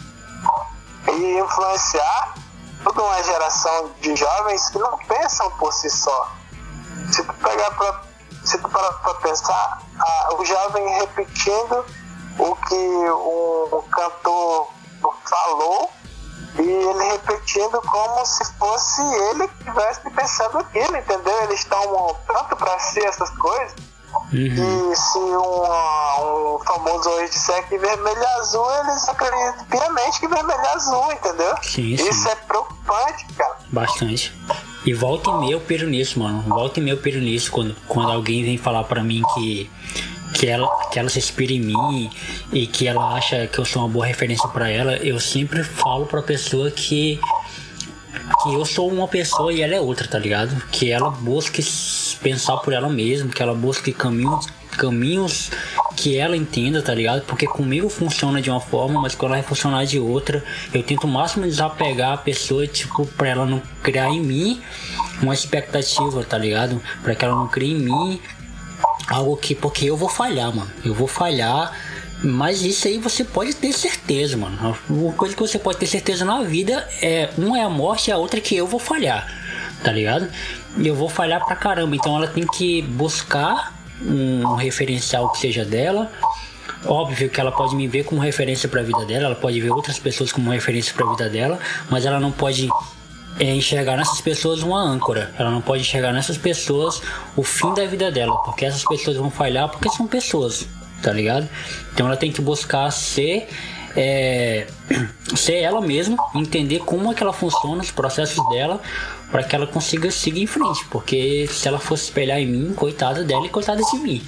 E influenciar toda uma geração de jovens que não pensam por si só. Se tu pegar pra, se tu parar pra pensar, a, o jovem repetindo o que um, um cantor falou e ele repetindo como se fosse ele que estivesse pensando aquilo, entendeu? Eles tomam tanto pra si essas coisas. Uhum. E se um, um famoso hoje disser que vermelho e azul, eles acreditam piamente que vermelho e azul, entendeu? Sim, sim. Isso é preocupante, cara. Bastante. E volta e meia eu piro nisso, mano. Volta e meia eu piro nisso quando, quando alguém vem falar pra mim que, que, ela, que ela se inspira em mim e que ela acha que eu sou uma boa referência pra ela. Eu sempre falo pra pessoa que que eu sou uma pessoa e ela é outra, tá ligado? Que ela busque pensar por ela mesma, que ela busque caminhos, caminhos que ela entenda, tá ligado? Porque comigo funciona de uma forma, mas quando ela vai funcionar de outra, eu tento o máximo desapegar a pessoa, tipo, pra ela não criar em mim uma expectativa, tá ligado? Pra que ela não crie em mim algo que, porque eu vou falhar, mano, eu vou falhar. Mas isso aí você pode ter certeza, mano. Uma coisa que você pode ter certeza na vida é, uma é a morte e a outra é que eu vou falhar, tá ligado? Eu vou falhar pra caramba. Então ela tem que buscar um referencial que seja dela. Óbvio que ela pode me ver como referência pra vida dela, ela pode ver outras pessoas como referência pra vida dela, mas ela não pode é, enxergar nessas pessoas uma âncora. Ela não pode enxergar nessas pessoas o fim da vida dela, porque essas pessoas vão falhar porque são pessoas, tá ligado? Então ela tem que buscar ser é, ser ela mesma, entender como é que ela funciona, os processos dela, para que ela consiga seguir em frente, porque se ela fosse espelhar em mim, coitada dela e coitada de mim.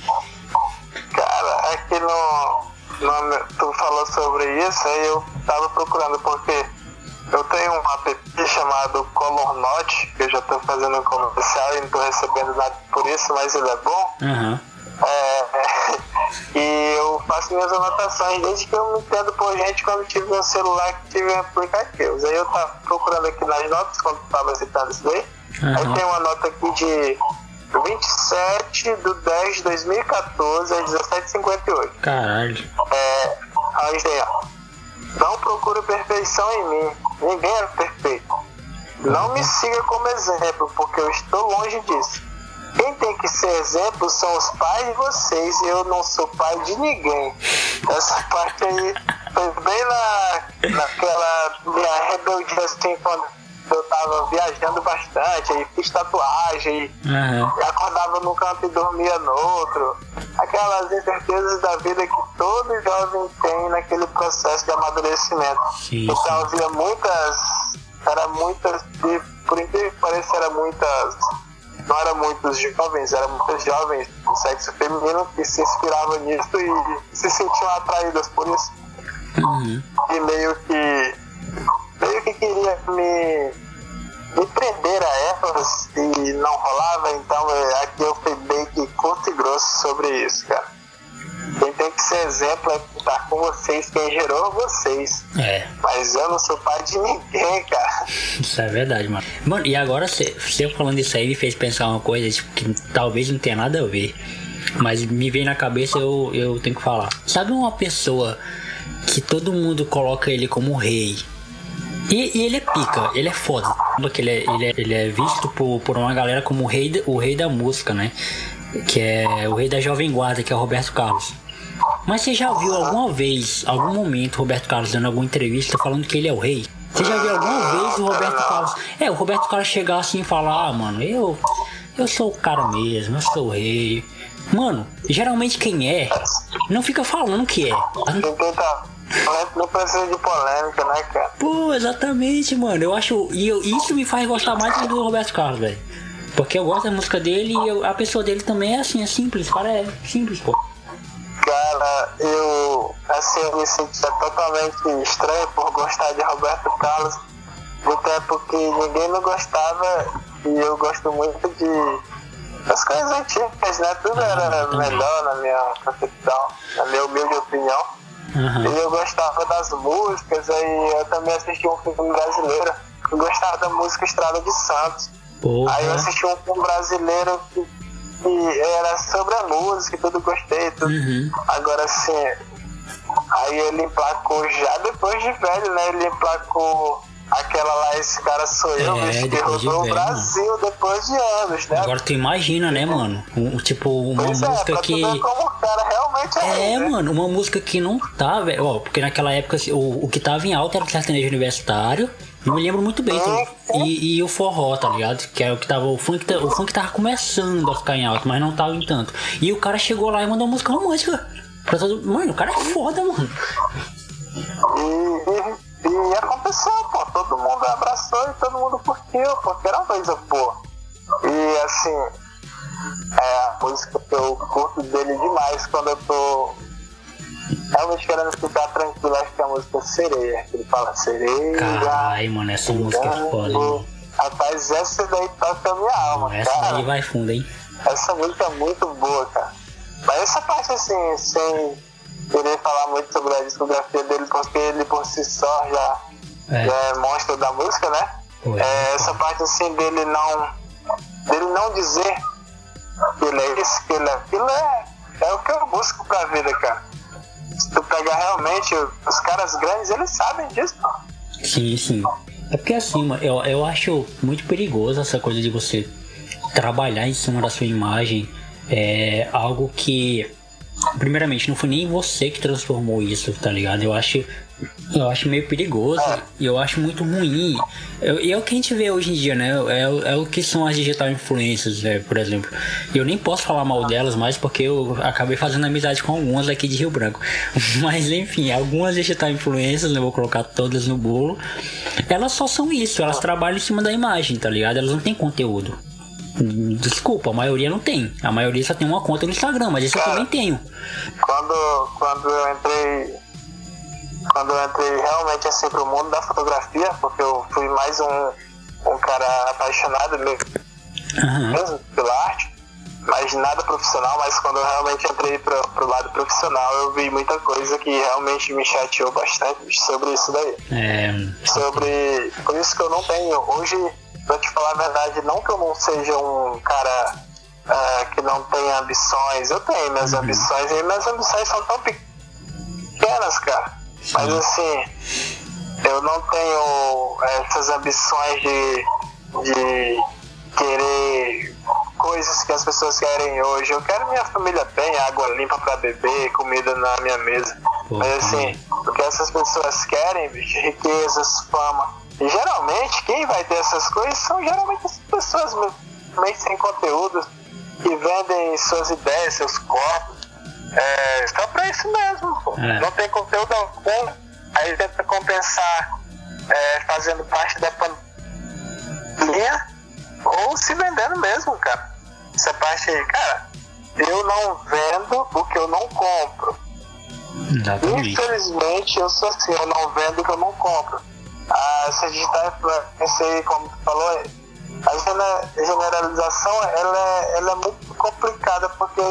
Cara, aqui no, no tu falou sobre isso, aí eu tava procurando, porque eu tenho um app chamado Color Note, que eu já tô fazendo um comercial e não tô recebendo nada por isso, mas ele é bom. Uhum. É, e eu faço minhas anotações desde que eu me entendo por gente quando tive um celular que tive aplicativos. Aí eu tava procurando aqui nas notas quando tava citando isso daí. Uhum. Aí tem uma nota aqui de vinte e sete de dez de dois mil e catorze às dezessete e cinquenta e oito. Caralho. É, aí tem, ó. Não procure perfeição em mim. Ninguém é perfeito. Não me siga como exemplo, porque eu estou longe disso. Quem tem que ser exemplo são os pais de vocês, e eu não sou pai de ninguém. Essa parte aí foi bem na, naquela minha rebeldia, assim, quando eu tava viajando bastante, aí fiz tatuagem, uhum. acordava num canto e dormia no outro. Aquelas incertezas da vida que todo jovem tem naquele processo de amadurecimento. Sim, então sim. havia muitas, era muitas, e por incrível que pareça, era muitas... Não eram muitos jovens, eram muitos jovens do sexo feminino que se inspiravam nisso e se sentiam atraídas por isso. Uhum. E meio que meio que queria me, me prender a elas e não rolava, então é, aqui eu fui bem que curto e grosso sobre isso, cara. Quem tem que ser exemplo é quem tá com vocês, quem gerou vocês. É. Mas eu não sou pai de ninguém, cara. Isso é verdade, mano. Mano, e agora você falando isso aí me fez pensar uma coisa tipo, que talvez não tenha nada a ver, mas me veio na cabeça, eu, eu tenho que falar. Sabe uma pessoa que todo mundo coloca ele como rei? E, e ele é pica, ele é foda. Porque ele é, ele é, ele é visto por, por uma galera como o rei, o rei da música, né? Que é o rei da Jovem Guarda, que é o Roberto Carlos. Mas você já viu alguma vez, algum momento, o Roberto Carlos dando alguma entrevista falando que ele é o rei? Você já viu alguma vez o Roberto Carlos... É, o Roberto Carlos chegar assim e falar, ah, mano, eu, eu sou o cara mesmo, eu sou o rei. Mano, geralmente quem é, não fica falando que é. Não precisa de polêmica, né, cara? Pô, exatamente, mano. Eu acho... E eu, isso me faz gostar mais do Roberto Carlos, velho. Porque eu gosto da música dele e eu, a pessoa dele também é assim, é simples, o cara é simples, pô. Cara, eu, assim, eu me sentia totalmente estranho por gostar de Roberto Carlos, no tempo que ninguém não gostava, e eu gosto muito de das coisas antigas, né? Tudo era melhor na minha concepção, na minha humilde opinião. Uhum. E eu gostava das músicas, aí eu também assisti um filme brasileiro, eu gostava da música Estrada de Santos. Porra. Aí eu assisti um filme brasileiro que, que era sobre a música e tudo, gostei. Tudo. Uhum. Agora sim, aí ele emplacou já depois de velho, né? Ele emplacou aquela lá, Esse Cara Sou Eu, é, que rodou o Brasil, mano. Depois de anos, né? Agora tu imagina, né, mano? Um, tipo, uma pois música é, que... como o cara realmente é. É, aí, né? mano, uma música que não tá, velho. Ó, porque naquela época o, o que tava em alta era o sertanejo universitário. Não me lembro muito bem. Então, e, e o forró, tá ligado? Que era o que tava. O funk, o funk tava começando a ficar em alta, mas não tava em tanto. E o cara chegou lá e mandou uma música romântica pra todo. Mano, o cara é foda, mano. E, e, e aconteceu, pô. Todo mundo abraçou e todo mundo curtiu, porque era uma coisa boa. E assim, é a música que eu curto dele demais quando eu tô realmente querendo ficar tranquilo, acho que é a música Sereia. Ele fala Sereia. Caralho, mano, essa música é foda, hein? Rapaz, essa daí toca a minha alma, essa cara. Essa daí vai fundo, hein? Essa música é muito boa, cara. Mas essa parte assim, sem querer falar muito sobre a discografia dele, porque ele por si só já é, já é monstro da música, né? É, essa parte assim dele não, dele não dizer que ele é isso, que ele é aquilo, é, é o que eu busco pra vida, cara. Se tu pegar realmente os caras grandes, eles sabem disso. Sim, sim. É porque assim, mano, eu, eu acho muito perigoso essa coisa de você trabalhar em cima da sua imagem. É algo que, primeiramente, não foi nem você que transformou isso, tá ligado? Eu acho, eu acho meio perigoso e eu acho muito ruim. E é o que a gente vê hoje em dia, né? É, é o que são as digital influencers, né? Por exemplo. Eu nem posso falar mal delas mais porque eu acabei fazendo amizade com algumas aqui de Rio Branco. Mas enfim, algumas digital influencers, eu vou colocar todas no bolo. Elas só são isso, elas trabalham em cima da imagem, tá ligado? Elas não têm conteúdo. Desculpa, a maioria não tem. A maioria só tem uma conta no Instagram, mas isso eu também tenho. Quando, quando eu entrei Quando eu entrei realmente assim pro mundo da fotografia, porque eu fui mais um, um cara apaixonado mesmo, uhum. mesmo pela arte, mas nada profissional, mas quando eu realmente entrei pro, pro lado profissional, eu vi muita coisa que realmente me chateou bastante sobre isso daí. É... Sobre... Por isso que eu não tenho... Hoje, pra te falar a verdade, não que eu não seja um cara uh, que não tenha ambições, eu tenho minhas uhum. ambições, e minhas ambições são tão pequenas, cara. Sim. Mas assim, eu não tenho essas ambições de, de querer coisas que as pessoas querem hoje. Eu quero minha família bem, água limpa pra beber, comida na minha mesa. Pô, mas assim, o que essas pessoas querem, bicho, riquezas, fama. E geralmente, quem vai ter essas coisas são geralmente as pessoas meio sem conteúdo, que vendem suas ideias, seus corpos. É, só pra isso mesmo, pô. É. Não tem conteúdo algum, aí tenta compensar é, fazendo parte da pandemia ou se vendendo mesmo, cara. Essa parte aí, cara, eu não vendo o que eu não compro. Exatamente. Infelizmente eu sou assim, eu não vendo o que eu não compro. Ah, essa digital influência aí, como tu falou, a generalização ela é, ela é muito complicada porque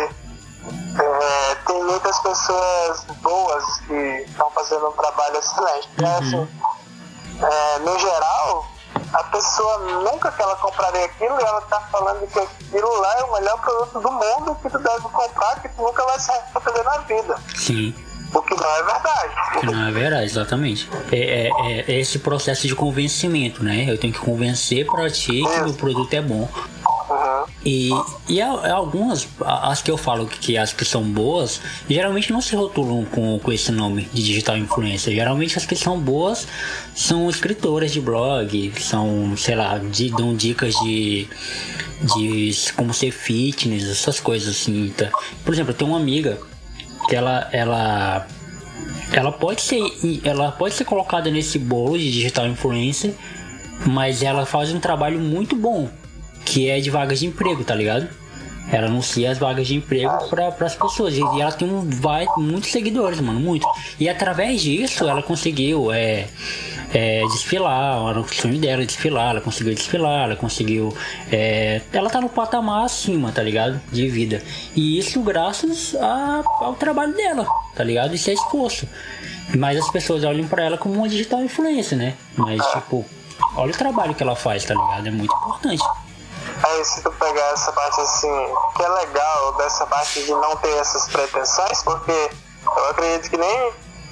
É, tem muitas pessoas boas que estão fazendo um trabalho excelente. Uhum. É, assim, é, no geral, a pessoa nunca que ela compraria aquilo e ela está falando que aquilo lá é o melhor produto do mundo que tu deve comprar, que tu nunca vai se arrepender na vida. Sim. O que não é verdade. Não é verdade, exatamente. É, é, é esse processo de convencimento, né? Eu tenho que convencer pra ti que o produto é bom. Uhum. E, e algumas, as que eu falo que as que são boas, geralmente não se rotulam com, com esse nome de digital influencer. Geralmente as que são boas são escritoras de blog, são, sei lá, de, dão dicas de, de como ser fitness, essas coisas assim. Tá? Por exemplo, eu tenho uma amiga que ela, ela, ela, pode ser, ela pode ser colocada nesse bolo de digital influencer, mas ela faz um trabalho muito bom, que é de vagas de emprego, tá ligado? Ela anuncia as vagas de emprego para as pessoas. E ela tem um, vai, muitos seguidores, mano, muito. E através disso ela conseguiu é, é, desfilar. Era o sonho dela desfilar. Ela conseguiu desfilar. Ela conseguiu. É, ela tá no patamar acima, tá ligado? De vida. E isso graças a, ao trabalho dela, tá ligado? Isso é esforço. Mas as pessoas olham para ela como uma digital influencer, né? Mas, tipo, olha o trabalho que ela faz, tá ligado? É muito importante. Aí se tu pegar essa parte assim, que é legal dessa parte de não ter essas pretensões, porque eu acredito que nem,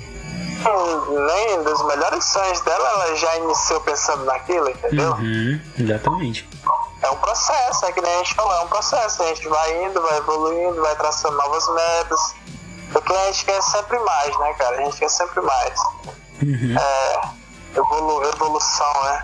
nem dos melhores sonhos dela ela já iniciou pensando naquilo, entendeu? Uhum, exatamente. É um processo, é que nem a gente falou, é um processo, a gente vai indo, vai evoluindo, vai traçando novas metas, porque a gente quer sempre mais, né, cara? A gente quer sempre mais. Uhum. É, evolu- evolução, né?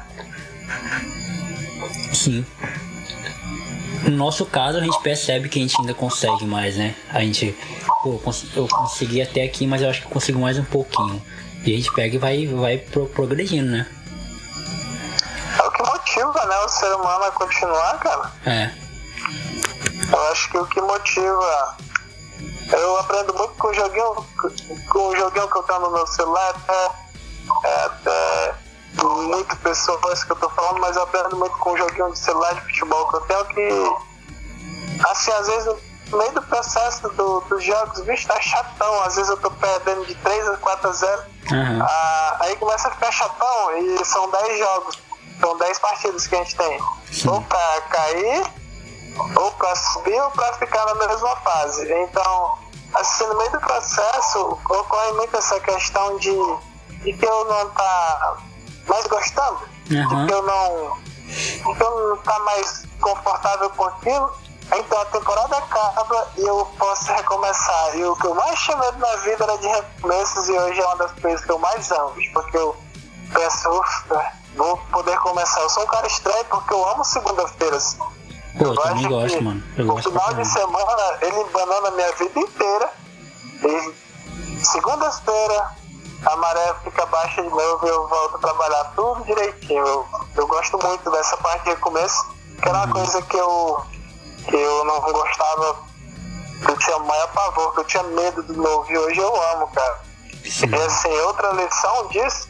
Sim. No nosso caso, a gente percebe que a gente ainda consegue mais, né? A gente, pô, eu consegui até aqui, mas eu acho que eu consigo mais um pouquinho. E a gente pega e vai, vai pro, progredindo, né? É o que motiva, né, o ser humano a continuar, cara. É. Eu acho que o que motiva... Eu aprendo muito com o joguinho, com o joguinho que eu tenho no meu celular, até... É, até muito pessoas que eu tô falando, mas eu aprendo muito com o joguinho de celular de futebol que eu tenho, que assim, às vezes no meio do processo do, dos jogos, bicho, tá chatão. Às vezes eu tô perdendo de três a quatro a zero. Uhum. Ah, aí começa a ficar chatão e são dez jogos. São dez partidas que a gente tem. Sim. Ou pra cair, ou pra subir, ou pra ficar na mesma fase. Então, assim, no meio do processo, ocorre muito essa questão de, de que eu não tá mais gostando. Uhum. De que eu não... De que eu não tá mais confortável com aquilo. Então a temporada acaba e eu posso recomeçar. E o que eu mais tinha medo na vida era de recomeços, e hoje é uma das coisas que eu mais amo, porque eu penso, ufa, vou poder começar. Eu sou um cara estranho porque eu amo segunda-feiras. Pô, eu, eu também gosto, mano. Eu o gosto final de semana ele banana a minha vida inteira. E segunda-feira a maré fica baixa de novo e eu volto a trabalhar tudo direitinho. Eu, eu gosto muito dessa parte de recomeço, que era uma uhum. coisa que eu. que eu não gostava, que eu tinha maior pavor, que eu tinha medo do novo, e hoje eu amo, cara. Sim. E assim, outra lição disso,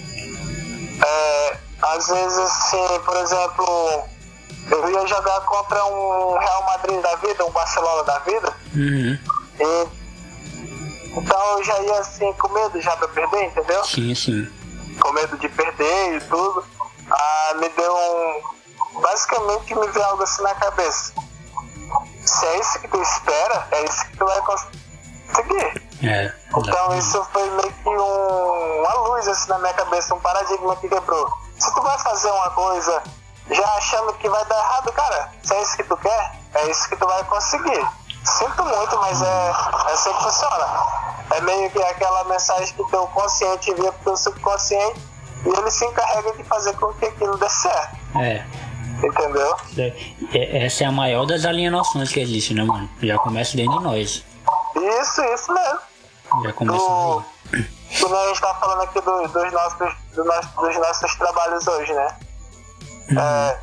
é, às vezes assim, por exemplo, eu ia jogar contra um Real Madrid da vida, um Barcelona da vida, uhum. e então eu já ia assim, com medo já pra perder, entendeu? Sim, sim. Com medo de perder e tudo. Ah, me deu um... basicamente me veio algo assim na cabeça. Se é isso que tu espera, é isso que tu vai conseguir. É, então isso foi meio que um, uma luz assim na minha cabeça, um paradigma que quebrou. Se tu vai fazer uma coisa já achando que vai dar errado, cara, se é isso que tu quer, é isso que tu vai conseguir. Sinto muito, mas é, é assim que funciona. É meio que aquela mensagem que teu consciente envia pro teu subconsciente e ele se encarrega de fazer com que aquilo dê certo. É. Entendeu? Essa é a maior das alienações que existe, né, mano? Já começa dentro de nós. Isso, isso mesmo. Já começa do, aí. Como a gente tá falando aqui do, dos, nossos, do nosso, dos nossos trabalhos hoje, né? Uhum. É,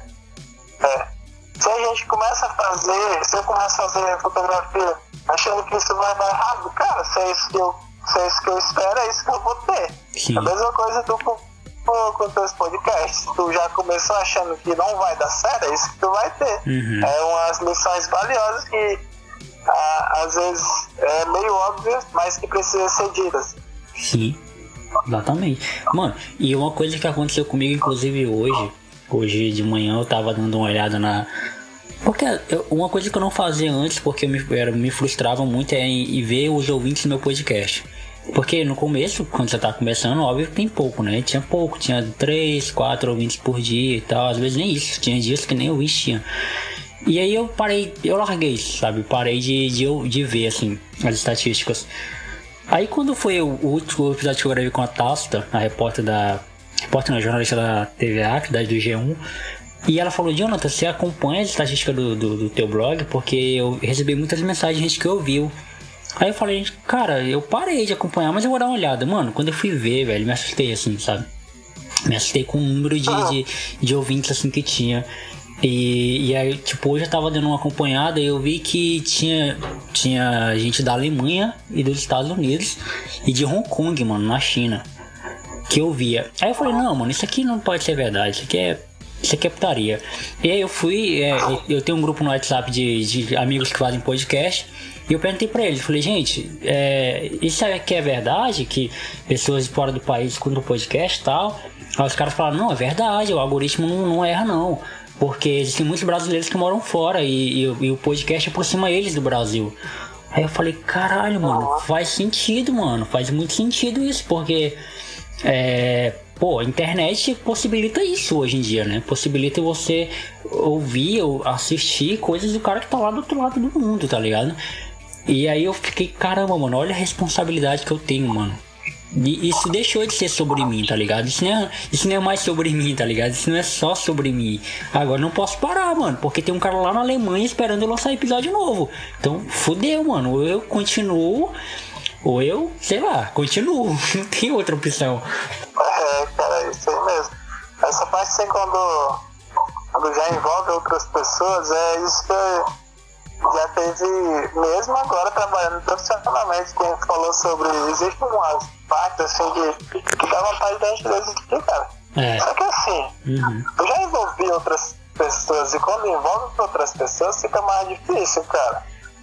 é. Se a gente começa a fazer, se eu começo a fazer fotografia achando que isso vai dar errado, cara, se é isso que eu, se é isso que eu espero, é isso que eu vou ter. Sim. A mesma coisa tu com com teus podcasts, tu já começou achando que não vai dar certo, é isso que tu vai ter. Uhum. É umas lições valiosas que ah, às vezes é meio óbvio, mas que precisam ser ditas. Sim, exatamente. Mano, e uma coisa que aconteceu comigo, inclusive hoje, hoje de manhã eu tava dando uma olhada na... Porque eu, uma coisa que eu não fazia antes, porque eu me, eu me frustrava muito, é em, em ver os ouvintes do meu podcast. Porque no começo, quando você tá começando, óbvio que tem pouco, né? Tinha pouco, tinha três, quatro ouvintes por dia e tal. Às vezes nem isso, tinha dias que nem ouvintes tinha. E aí eu parei, eu larguei isso, sabe? Parei de, de, de ver, assim, as estatísticas. Aí quando foi o último episódio que eu gravei com a Tasta, a repórter da... Repórter não, jornalista da T V A, da do G um. E ela falou, Jonathan, você acompanha as estatísticas do, do, do teu blog? Porque eu recebi muitas mensagens de gente que ouviu. Aí eu falei, cara, eu parei de acompanhar, mas eu vou dar uma olhada. Mano, quando eu fui ver, velho, me assustei assim, sabe? Me assustei com o número de, de, de ouvintes assim que tinha. E, e aí, tipo, hoje eu tava dando uma acompanhada e eu vi que tinha, tinha gente da Alemanha e dos Estados Unidos e de Hong Kong, mano, na China, que eu via. Aí eu falei, não, mano, isso aqui não pode ser verdade, isso aqui é... Isso aqui é putaria. E aí eu fui, é, eu tenho um grupo no WhatsApp de, de amigos que fazem podcast. E eu perguntei pra eles, falei, gente, é, isso aqui é verdade? Que pessoas de fora do país escutam o podcast e tal? Aí os caras falaram, não, é verdade, o algoritmo não, não erra não. Porque existem muitos brasileiros que moram fora e, e, e o podcast aproxima eles do Brasil. Aí eu falei, caralho, mano, faz sentido, mano, faz muito sentido isso, porque... É, pô, a internet possibilita isso hoje em dia, né? Possibilita você ouvir ou assistir coisas do cara que tá lá do outro lado do mundo, tá ligado? E aí eu fiquei, caramba, mano, olha a responsabilidade que eu tenho, mano. E isso deixou de ser sobre mim, tá ligado? Isso não, é, isso não é mais sobre mim, tá ligado? Isso não é só sobre mim. Agora não posso parar, mano, porque tem um cara lá na Alemanha esperando eu lançar episódio novo. Então, fodeu, mano. Ou eu continuo, ou eu, sei lá, continuo. Não tem outra opção. É, cara, é isso aí mesmo. Essa parte assim, quando, quando já envolve outras pessoas, é isso que eu já teve, mesmo agora trabalhando profissionalmente, que a gente falou sobre, existe umas partes assim que, que dá vontade da gente desistir, cara. É. Só que assim, uhum. eu já envolvi outras pessoas e quando envolve outras pessoas fica mais difícil, cara.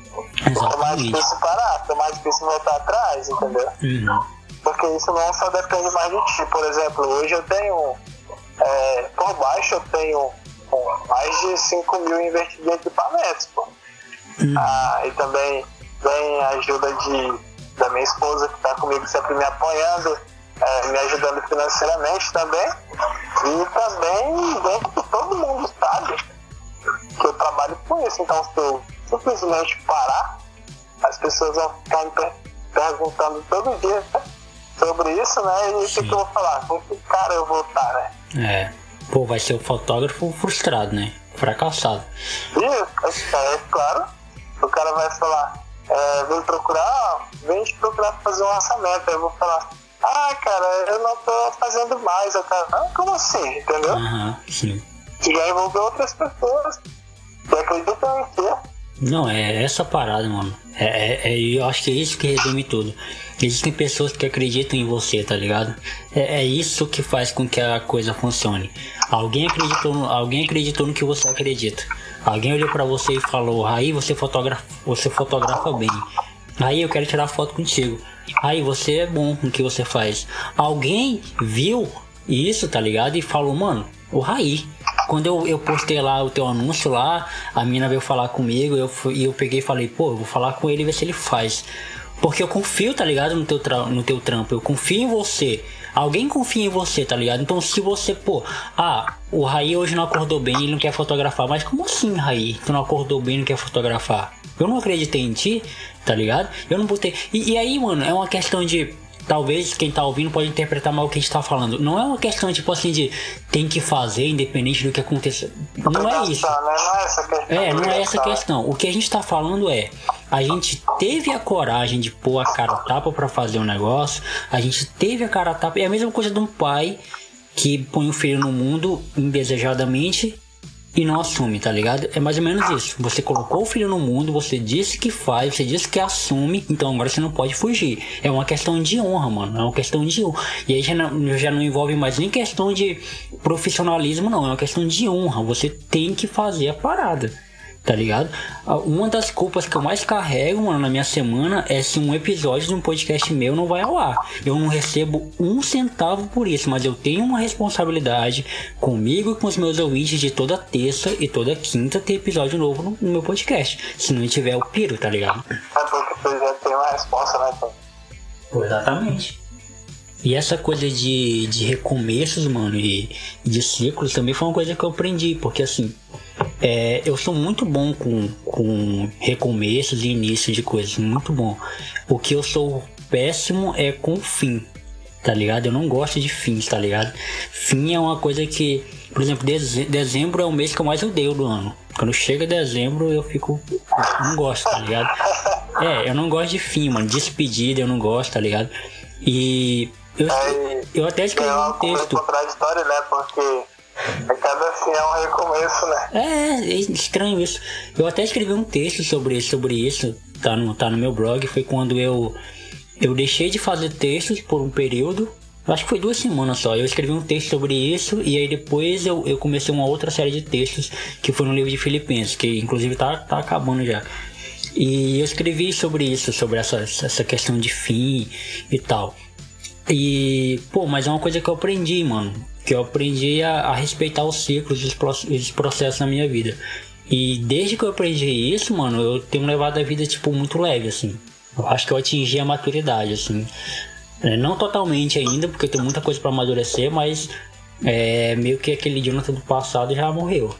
É mais difícil parar, é mais difícil voltar atrás, entendeu? Uhum. Porque isso não só depende mais de ti. Por exemplo, hoje eu tenho, é, por baixo eu tenho pô, mais de cinco mil investidos em equipamentos, pô. Uhum. Ah, e também vem a ajuda de, da minha esposa que está comigo sempre me apoiando, é, me ajudando financeiramente também. E também vem que todo mundo sabe que eu trabalho com isso. Então se eu simplesmente parar, as pessoas vão ficar me per- perguntando todo dia sobre isso, né? E o que, que eu vou falar? Com que cara eu vou estar, né? É. Pô, vai ser o fotógrafo frustrado, né? Fracassado. Isso, é, é claro. O cara vai falar, é, vem procurar, vem te procurar fazer um orçamento. Aí eu vou falar, ah, cara, eu não tô fazendo mais. Eu cara, ah, como assim? Entendeu? Aham, uhum, sim. E já envolveu outras pessoas que acreditam em ti. Não, é essa parada, mano. É, é, é, eu acho que é isso que resume tudo. Existem pessoas que acreditam em você, tá ligado? É, é isso que faz com que a coisa funcione. Alguém acreditou no, alguém acreditou no que você acredita. Alguém olhou pra você e falou, Raí, você fotografa, você fotografa bem. Raí, eu quero tirar foto contigo. Raí, você é bom com o que você faz. Alguém viu isso, tá ligado? E falou, mano, o Raí. Quando eu, eu postei lá o teu anúncio lá, a mina veio falar comigo, eu, fui, eu peguei e falei, pô, eu vou falar com ele e ver se ele faz. Porque eu confio, tá ligado, no teu, tra- no teu trampo, eu confio em você. Alguém confia em você, tá ligado? Então se você, pô, ah, o Raí hoje não acordou bem, ele não quer fotografar. Mas como assim, Raí? Tu não acordou bem e não quer fotografar? Eu não acreditei em ti, tá ligado? Eu não botei... E, e aí, mano, é uma questão de... Talvez quem tá ouvindo pode interpretar mal o que a gente tá falando. Não é uma questão tipo assim de tem que fazer independente do que aconteça. Não é isso. É, não é essa questão. O que a gente tá falando é a gente teve a coragem de pôr a cara a tapa pra fazer um negócio. A gente teve a cara a tapa. É a mesma coisa de um pai que põe o filho no mundo indesejadamente e não assume, tá ligado? É mais ou menos isso. Você colocou o filho no mundo, você disse que faz, você disse que assume, então agora você não pode fugir. É uma questão de honra, mano. É uma questão de honra. E aí já não, já não envolve mais nem questão de profissionalismo, não. É uma questão de honra. Você tem que fazer a parada, tá ligado? Uma das culpas que eu mais carrego, mano, na minha semana é se um episódio de um podcast meu não vai ao ar. Eu não recebo um centavo por isso, mas eu tenho uma responsabilidade comigo e com os meus ouvintes de toda terça e toda quinta ter episódio novo no, no meu podcast. Se não tiver, eu piro, tá ligado? É porque tu já tem uma resposta, né, pô? Pô, exatamente. E essa coisa de, de recomeços, mano, e de ciclos também foi uma coisa que eu aprendi, porque assim, é, eu sou muito bom com, com recomeços e início de coisas, muito bom. O que eu sou péssimo é com fim, tá ligado? Eu não gosto de fins, tá ligado? Fim é uma coisa que, por exemplo, deze- dezembro é o mês que eu mais odeio do ano. Quando chega dezembro eu fico, eu não gosto, tá ligado? É, eu não gosto de fim, mano, despedida eu não gosto, tá ligado? E... Eu, Aí, eu até escrevi é um texto. É contraditório, né? Porque cada fim é um recomeço, né? É, é estranho isso. Eu até escrevi um texto sobre, sobre isso. Tá no, tá no meu blog. Foi quando eu, eu deixei de fazer textos por um período. Acho que foi duas semanas só. Eu escrevi um texto sobre isso. E aí depois eu, eu comecei uma outra série de textos. Que foi no livro de Filipenses. Que inclusive tá, tá acabando já. E eu escrevi sobre isso. Sobre essa, essa questão de fim e tal. E, pô, mas é uma coisa que eu aprendi, mano. Que eu aprendi a, a respeitar os ciclos e os, os processos na minha vida. E desde que eu aprendi isso, mano, eu tenho levado a vida, tipo, muito leve, assim. Eu acho que eu atingi a maturidade, assim. É, não totalmente ainda, porque tem muita coisa pra amadurecer, mas é, meio que aquele Jonathan do passado já morreu.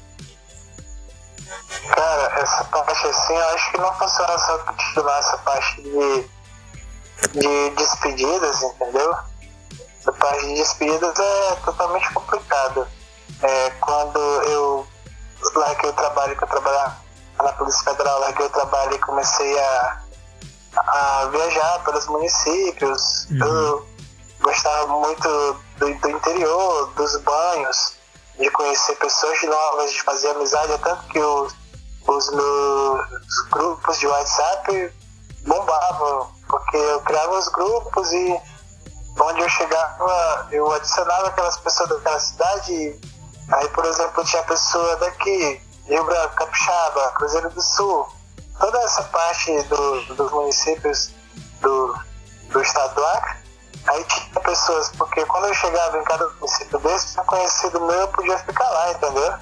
Cara, essa parte assim, eu acho que não funciona só continuar essa parte de... de despedidas, entendeu? A parte de despedidas é totalmente complicado. É, quando eu larguei o trabalho, que eu trabalhava na Polícia Federal, larguei o trabalho e comecei a, a viajar pelos municípios. Uhum. Eu gostava muito do, do interior, dos banhos, de conhecer pessoas novas, de fazer amizade, tanto que os, os meus grupos de WhatsApp bombavam, porque eu criava os grupos e onde eu chegava, eu adicionava aquelas pessoas daquela cidade. Aí, por exemplo, tinha pessoa daqui, Rio Branco, Capixaba, Cruzeiro do Sul. toda essa parte do, dos municípios do, do estado do Acre, aí tinha pessoas, porque quando eu chegava em cada município desse, um conhecido meu, eu podia ficar lá, entendeu?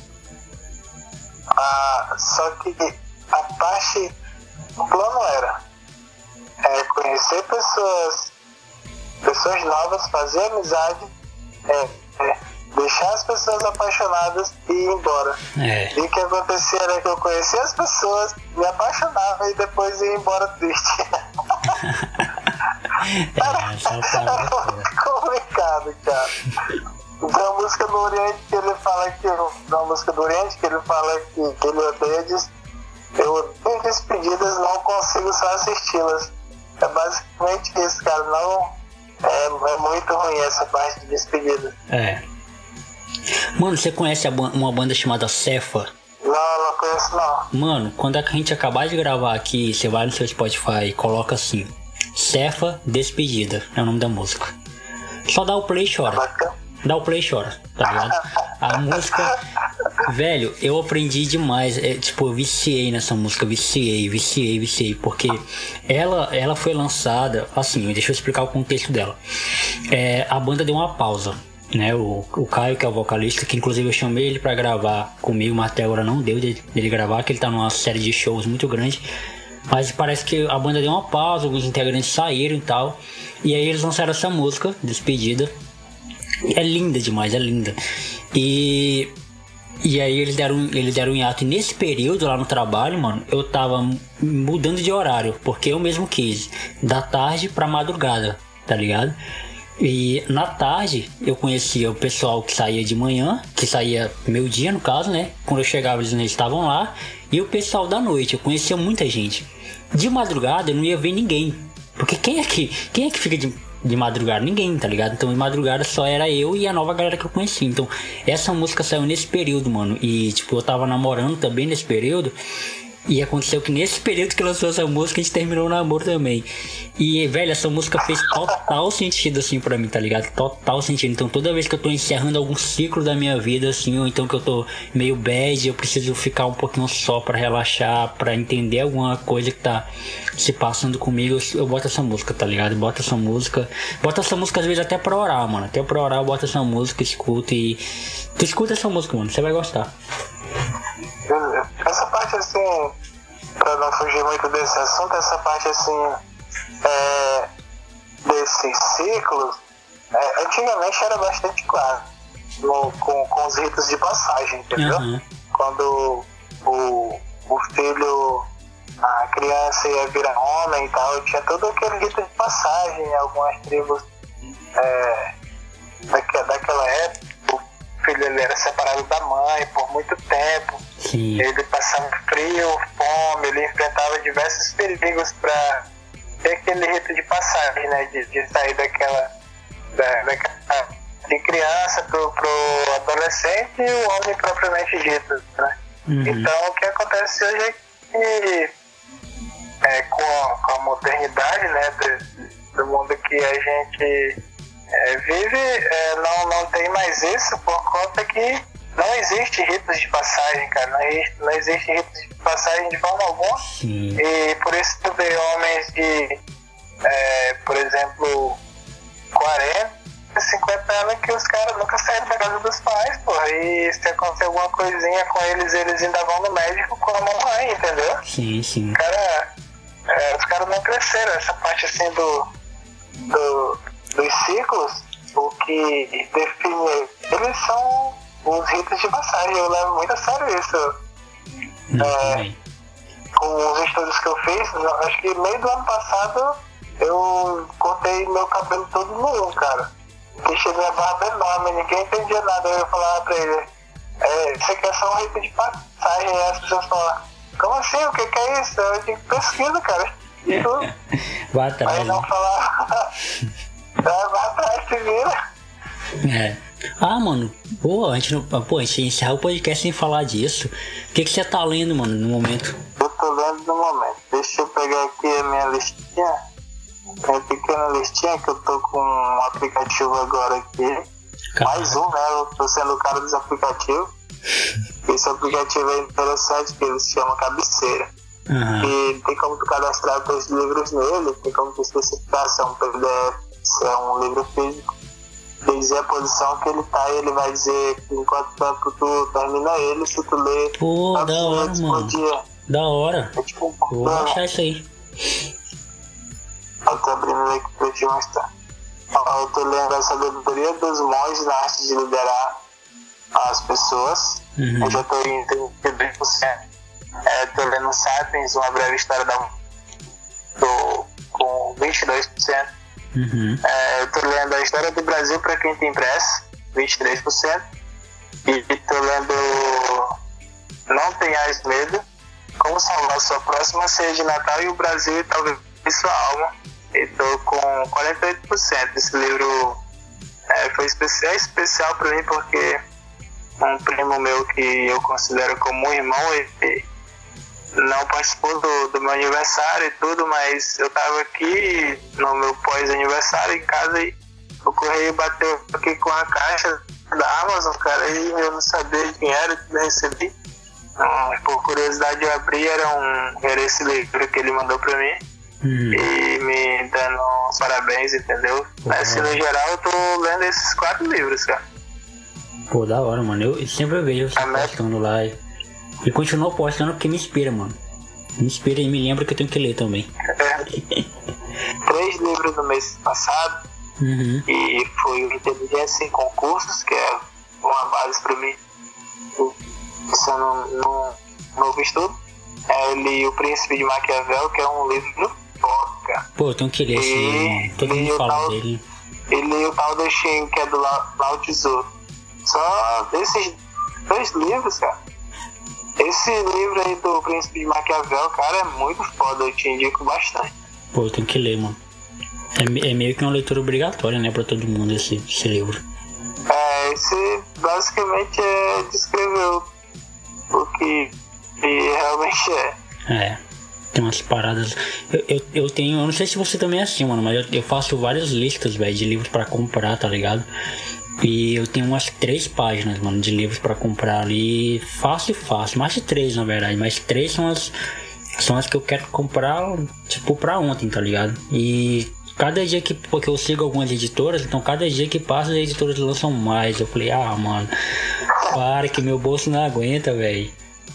Ah, só que a parte, o plano era é, conhecer pessoas, pessoas novas, fazer amizade, é, é, deixar as pessoas apaixonadas e ir embora. É. E o que acontecia era que eu conhecia as pessoas, me apaixonava e depois ia embora triste. É, essa Era muito complicado, cara. Tem uma música do Oriente que ele fala que. Uma música do Oriente que ele fala que, que ele odeia des, eu odeio despedidas, não consigo só assisti-las. É basicamente isso, cara. Não. É, é muito ruim essa parte de despedida. É. Mano, você conhece a ba- uma banda chamada Cefa? Não, não conheço não. Mano, quando a gente acabar de gravar aqui, você vai no seu Spotify e coloca assim: Cefa Despedida, é o nome da música. Só dá o play e chora. Bacana. Dá o play e chora, tá ligado? A música, velho, eu aprendi demais. É, tipo, eu viciei nessa música, viciei, viciei, viciei. Porque ela, ela foi lançada, assim, deixa eu explicar o contexto dela. É, a banda deu uma pausa, né? O, o Caio, que é o vocalista, que inclusive eu chamei ele pra gravar comigo, mas até agora não deu dele, dele gravar, que ele tá numa série de shows muito grande. Mas parece que a banda deu uma pausa, alguns integrantes saíram e tal. E aí eles lançaram essa música, Despedida. É linda demais, é linda. E, e aí eles deram, eles deram um hiato. E nesse período lá no trabalho, mano, eu tava mudando de horário, porque eu mesmo quis, da tarde pra madrugada, tá ligado? E na tarde eu conhecia o pessoal que saía de manhã, que saía meio dia no caso, né? Quando eu chegava eles não estavam lá. E o pessoal da noite, eu conhecia muita gente. De madrugada eu não ia ver ninguém, porque quem é que, quem é que fica de, de madrugada? Ninguém, tá ligado? Então de madrugada só era eu e a nova galera que eu conheci. Então essa música saiu nesse período, mano. E tipo, eu tava namorando também nesse período. E aconteceu que nesse período que lançou essa música, a gente terminou o namoro também. E, velho, essa música fez total sentido, assim, pra mim, tá ligado? Total sentido. Então, toda vez que eu tô encerrando algum ciclo da minha vida, assim, ou então que eu tô meio bad, eu preciso ficar um pouquinho só pra relaxar, pra entender alguma coisa que tá se passando comigo, eu, eu boto essa música, tá ligado? Boto essa música. Boto essa música, às vezes, até pra orar, mano. Até pra orar, eu boto essa música, escuto e... Tu escuta essa música, mano, você vai gostar. Essa parte assim, pra não fugir muito desse assunto, essa parte assim, é, desses ciclos, é, antigamente era bastante claro, no, com, com os ritos de passagem, entendeu? Uhum. Quando o, o filho, a criança ia virar homem e tal, tinha todo aquele rito de passagem, algumas tribos é, daque, daquela época. O filho ele era separado da mãe por muito tempo. Sim. Ele passava frio, fome, ele enfrentava diversos perigos para ter aquele rito de passagem, né? De, de sair daquela, da, daquela de criança pro, pro adolescente e o homem propriamente dito, né? Uhum. Então o que acontece hoje é que é, com, a, com a modernidade, né, do, do mundo que a gente É, vive, é, não, não tem mais isso por conta que não existe ritos de passagem, cara. Não existe, não existe ritos de passagem de forma alguma. Sim. E por isso tu vê homens de, é, por exemplo, quarenta, cinquenta anos que os caras nunca saíram da casa dos pais, porra. E se acontecer alguma coisinha com eles, eles ainda vão no médico com a mamãe, entendeu? Sim, sim. Cara, é, os caras não cresceram. Essa parte assim do... do dos ciclos, o que define eles são os ritos de passagem. Eu levo muito a sério isso. É, com os estudos que eu fiz, acho que no meio do ano passado eu cortei meu cabelo todo no um, cara. Deixei minha barba enorme, ninguém entendia nada. Eu falava pra ele, é, isso aqui é só um rito de passagem. E as pessoas falam, como assim? O que, que é isso? Eu digo, pesquisa, cara. E tudo. Vai atrás. Aí não falar. Vai atrás, se vira. É. Ah, mano, pô, a gente não. Pô, a gente encerra o podcast sem falar disso. O que, que você tá lendo, mano, no momento? Eu tô lendo no momento. Deixa eu pegar aqui a minha listinha. Minha pequena listinha que eu tô com um aplicativo agora aqui. Caramba. Mais um, né? Eu tô sendo o cara dos aplicativos. Esse aplicativo é interessante, que ele se chama Cabeceira. Uhum. E tem como tu cadastrar teus livros nele, tem como tu especificar se é um P D F, se é um livro físico. Tem dizer a posição que ele tá e ele vai dizer em quanto tempo tu termina ele, se tu lê. Pô, da hora, mano. Da hora. É tipo um eu vou baixar isso aí. Eu tô abrindo aqui pra te mostrar. Eu tô lendo A Sabedoria dos Monges na Arte de Liderar as Pessoas. Uhum. Eu já tô em trinta e dois por cento. É, tô lendo Sapiens, Uma Breve História da Tô com vinte e dois por cento. Uhum. É, eu tô lendo A História do Brasil para Quem Tem Pressa, vinte e três por cento. E tô lendo Não Tenhais Medo, Como Salvar Sua Próxima Ceia de Natal e o Brasil e Talvez Sua Alma. E tô com quarenta e oito por cento. Esse livro é, foi especial, é especial para mim porque um primo meu que eu considero como um irmão, ele não participou do, do meu aniversário e tudo, mas eu tava aqui no meu pós-aniversário em casa e o correio bateu aqui com a caixa da Amazon, cara, e eu não sabia quem era que eu recebi. Então, por curiosidade eu abri, era, um, era esse livro que ele mandou pra mim. Uhum. E me dando uns parabéns, entendeu? Uhum. Mas assim, no geral eu tô lendo esses quatro livros, cara. Pô, da hora, mano. Eu sempre vejo você postando lá e, e continuo postando porque me inspira, mano. Me inspira e me lembra que eu tenho que ler também. É. Três livros no mês passado. Uhum. E foi o Inteligência em Concursos, que é uma base pra mim pensando num novo estudo. É, eu li O Príncipe de Maquiavel, que é um livro foca. Pô, eu tenho que ler esse. Todo mundo fala tal, dele. E li o tal do Shin, que é do Lao Tzu. Só desses dois livros, cara. Esse livro aí do Príncipe de Maquiavel, cara, é muito foda, eu te indico bastante. Pô, eu tenho que ler, mano. É, é meio que uma leitura obrigatória, né, pra todo mundo esse, esse livro. É, esse basicamente é descrever o, o que, que realmente é. É, tem umas paradas. Eu, eu, eu tenho, eu não sei se você também é assim, mano, mas eu, eu faço várias listas, velho, de livros pra comprar, tá ligado? E eu tenho umas três páginas, mano, de livros pra comprar ali, fácil e fácil, mais de três na verdade, mas três são as, são as que eu quero comprar, tipo, pra ontem, tá ligado? E cada dia que, porque eu sigo algumas editoras, então cada dia que passa as editoras lançam mais. Eu falei, ah, mano, para que meu bolso não aguenta, velho.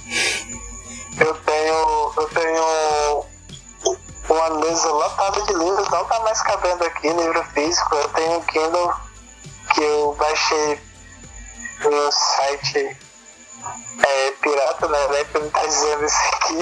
Eu tenho, eu tenho uma mesa lotada de livros, não tá mais cabendo aqui, livro físico. Eu tenho um Kindle que eu baixei no site é, pirata, né? Né? Que não tá dizendo isso aqui.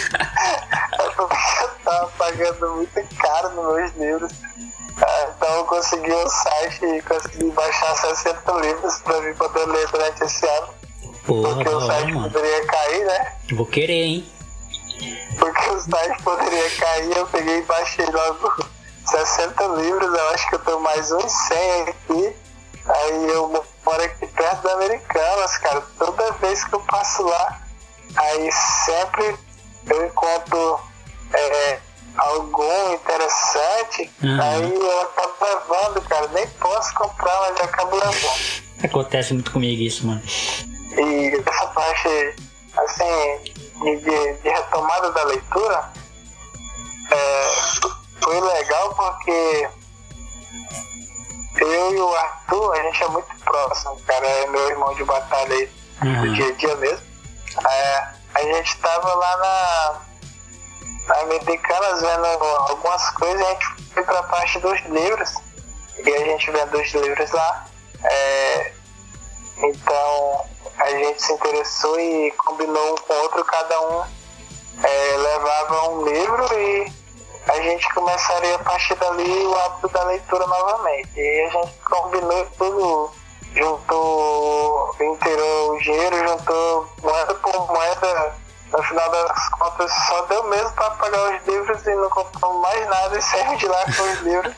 É porque eu tava pagando muito caro nos meus livros. Então eu consegui o site e consegui baixar sessenta livros pra mim poder ler durante esse ano. Porra, porque o site mano. poderia cair, né? Vou querer, hein? Porque o site poderia cair, eu peguei e baixei logo sessenta livros. Eu acho que eu tenho mais uns cem aqui. Aí eu moro aqui perto da Americanas, cara. Toda vez que eu passo lá, aí sempre eu encontro é, algum interessante, uhum. Aí eu acabo levando, cara. Nem posso comprar, mas eu acabo levando. Acontece muito comigo isso, mano. E essa parte, assim, de, de retomada da leitura, é, foi legal porque eu e o Arthur, a gente é muito próximo, cara, é meu irmão de batalha aí, uhum. Do dia a dia mesmo. É, a gente tava lá na, na Americanas vendo algumas coisas e a gente foi pra parte dos livros, e a gente vendo os livros lá, é, então a gente se interessou e combinou um com o outro, cada um é, levava um livro e a gente começaria a partir dali o hábito da leitura novamente. E a gente combinou tudo, juntou, inteirou o dinheiro, juntou moeda por moeda. No final das contas só deu mesmo para pagar os livros e não compramos mais nada e saímos de lá com os livros.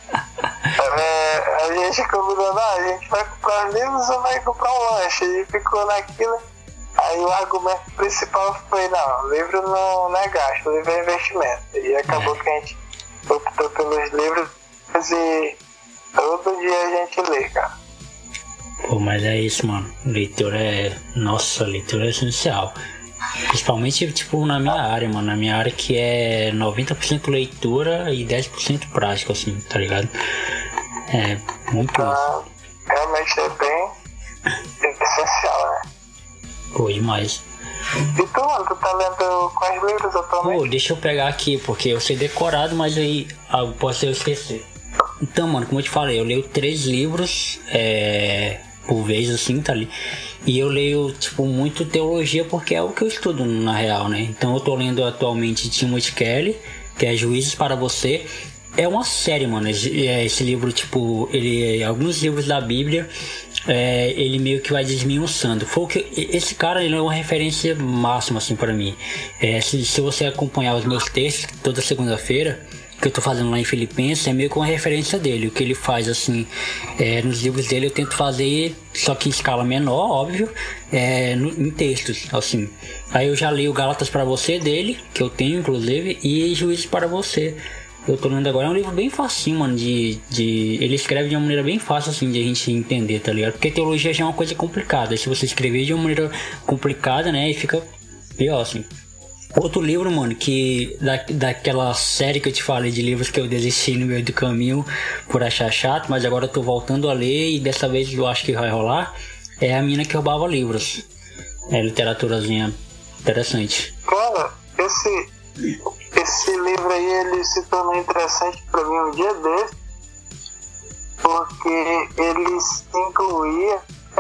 É, a gente combinou, não, a gente vai comprar os livros ou vai comprar um lanche? E ficou naquilo. Aí o argumento principal foi, não, o livro não, não é gasto, o livro é investimento. E acabou é. que a gente optou pelos livros e todo dia a gente lê, cara. Pô, mas é isso, mano. Leitura é... Nossa, leitura é essencial. Principalmente, tipo, na minha área, mano. Na minha área que é noventa por cento leitura e dez por cento prática, assim, tá ligado? É muito ah, isso. Realmente é bem essencial, né? Pô, demais. E tu, mano, tu tá lendo quais livros atualmente? Pô, deixa eu pegar aqui, porque eu sei decorado, mas aí algo pode ser eu esquecer. Então, mano, como eu te falei, eu leio três livros é, por vez, assim, tá ali. E eu leio, tipo, muito teologia porque é o que eu estudo, na real, né? Então eu tô lendo atualmente Timothy Kelly, que é Juízes para Você. É uma série, mano. Esse, esse livro, tipo, ele, alguns livros da Bíblia, é, ele meio que vai desmiuçando. Foi o que, esse cara, ele é uma referência máxima, assim, pra mim. É, se, se você acompanhar os meus textos toda segunda-feira, que eu tô fazendo lá em Filipenses, é meio que uma referência dele. O que ele faz, assim, é, nos livros dele eu tento fazer, só que em escala menor, óbvio, é, no, em textos, assim. Aí eu já li o Gálatas para Você dele, que eu tenho, inclusive, e Juízes para Você. Eu tô lendo agora, é um livro bem facinho, mano, de, de... Ele escreve de uma maneira bem fácil, assim, de a gente entender, tá ligado? Porque teologia já é uma coisa complicada. Se você escrever de uma maneira complicada, né, e fica pior, assim. Outro livro, mano, que... Da, daquela série que eu te falei de livros que eu desisti no meio do caminho por achar chato, mas agora eu tô voltando a ler e dessa vez eu acho que vai rolar, é A Mina que Roubava Livros. É literaturazinha interessante. Cara, esse... Esse livro aí, ele se tornou interessante pra mim um dia desse, porque ele se incluía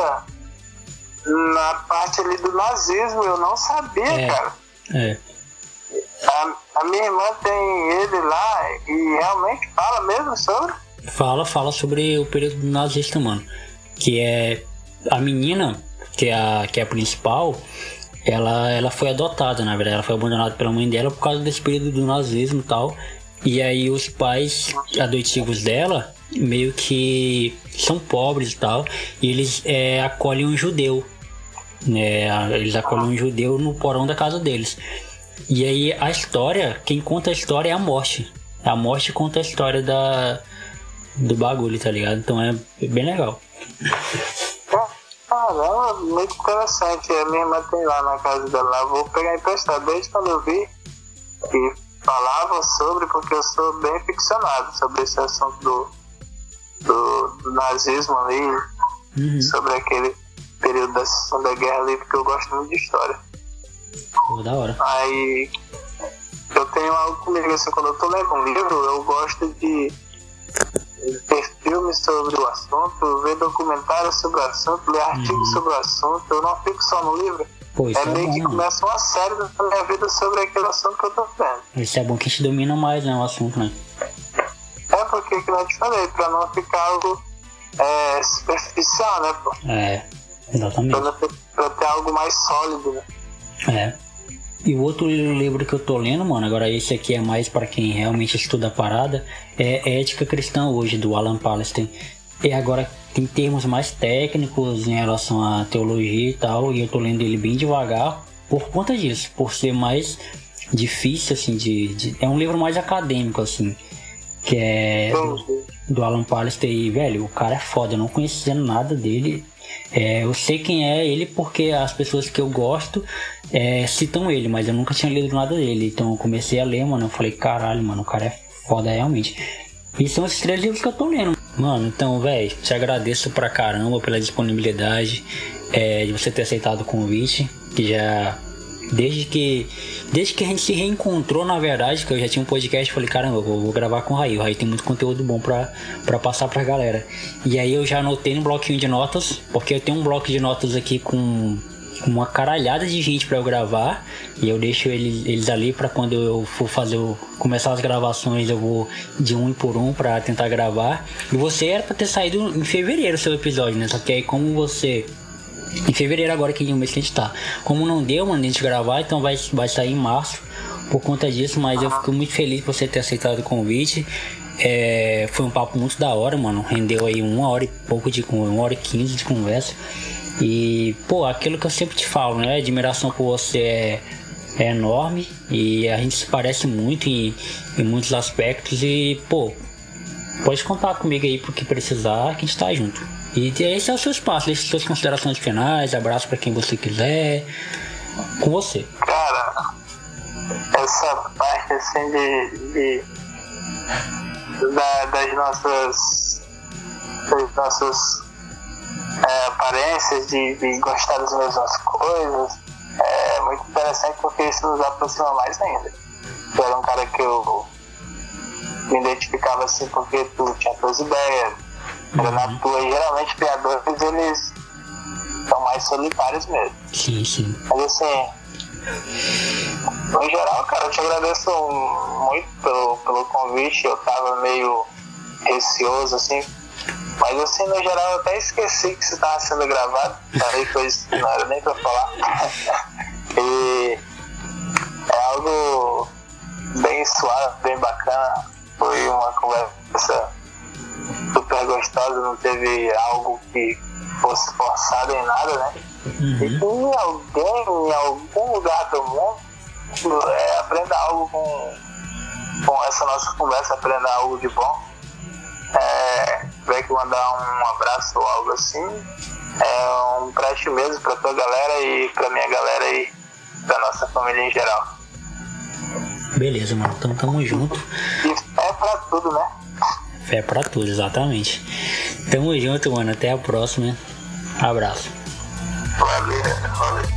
na parte ali do nazismo, eu não sabia, é, cara. É. A, a minha irmã tem ele lá e realmente fala mesmo sobre? Fala, fala sobre o período nazista, mano. Que é a menina, que é a, que é a principal... Ela, ela foi adotada, na verdade, ela foi abandonada pela mãe dela por causa desse período do nazismo e tal. E aí os pais adotivos dela meio que são pobres e tal, e eles é, acolhem um judeu, né? Eles acolhem um judeu no porão da casa deles. E aí a história, quem conta a história é a morte. A morte conta a história da, do bagulho, tá ligado? Então é bem legal. Caramba, muito interessante. A minha irmã tem lá na casa dela. Eu vou pegar emprestado desde quando eu vi que falavam sobre, porque eu sou bem ficcionado sobre esse assunto do, do, do nazismo ali, uhum. Sobre aquele período da Segunda Guerra ali, porque eu gosto muito de história. Oh, da hora. Aí eu tenho algo comigo, assim, quando eu tô lendo um livro, eu gosto de ter filmes sobre o assunto, ver documentários sobre o assunto, ler artigos uhum. sobre o assunto. Eu não fico só no livro. Pô, é meio é que começa uma série da minha vida sobre aquele assunto que eu tô vendo. Isso é bom que te domina mais, né, o assunto, né? É porque, que eu te falei, pra não ficar algo é, superficial, né, pô? É, exatamente. Pra, ter, pra ter algo mais sólido, né? É. E o outro livro que eu tô lendo, mano, agora esse aqui é mais pra quem realmente estuda a parada, é Ética Cristã Hoje, do Alan Palestine. E agora tem termos mais técnicos em relação à teologia e tal, e eu tô lendo ele bem devagar por conta disso, por ser mais difícil, assim, de... de é um livro mais acadêmico, assim, que é do, do Alan Palestine. E, velho, o cara é foda, eu não conhecia nada dele. É, eu sei quem é ele porque as pessoas que eu gosto é, citam ele, mas eu nunca tinha lido nada dele. Então eu comecei a ler, mano. Eu falei, caralho, mano, o cara é foda realmente. E são esses três livros que eu tô lendo. Mano, então, velho, te agradeço pra caramba pela disponibilidade, é, de você ter aceitado o convite. Que já... Desde que, desde que a gente se reencontrou, na verdade, que eu já tinha um podcast, falei, caramba, eu vou, vou gravar com o Raí. O Raí tem muito conteúdo bom pra, pra passar pra galera. E aí eu já anotei no bloquinho de notas, porque eu tenho um bloco de notas aqui com uma caralhada de gente pra eu gravar. E eu deixo eles, eles ali pra quando eu for fazer, começar as gravações, eu vou de um por um pra tentar gravar. E você era pra ter saído em fevereiro o seu episódio, né? Só que aí como você... Em fevereiro agora, que é o mês que a gente tá. Como não deu, mano, a gente gravar, então vai, vai sair em março por conta disso. Mas eu fico muito feliz por você ter aceitado o convite. É, foi um papo muito da hora, mano. Rendeu aí uma hora e pouco de uma hora e quinze de conversa. E, pô, aquilo que eu sempre te falo, né? A admiração por você é, é enorme. E a gente se parece muito em, em muitos aspectos. E, pô, pode contar comigo aí pro que precisar, que a gente tá junto. E esse é o seu espaço, deixe suas considerações finais, abraço pra quem você quiser. com você. Cara, essa parte assim de, de da, das nossas das nossas é, aparências, de, de gostar das mesmas coisas, é muito interessante porque isso nos aproxima mais ainda. Tu era um cara que eu me identificava assim porque tu tinha tuas ideias, era na tua, e geralmente criadores eles são mais solitários mesmo. Sim, sim. Mas assim, no geral, cara, eu te agradeço muito pelo, pelo convite. Eu tava meio receoso, assim, mas assim, no geral, eu até esqueci que isso tava sendo gravado. Falei coisas que não era nem pra falar. E é algo bem suave, bem bacana. Foi uma conversa super gostosa, não teve algo que fosse forçado em nada, né? Uhum. E que alguém, em algum lugar do mundo, é, aprenda algo com, com essa nossa conversa, aprenda algo de bom. É, tiver que mandar um abraço ou algo assim, é um preste mesmo pra tua galera e pra minha galera e pra nossa família em geral. Beleza, mano, então tamo junto. E é pra tudo, né? Fé pra tudo, exatamente. Tamo junto, mano. Até a próxima. Abraço. Valeu, valeu.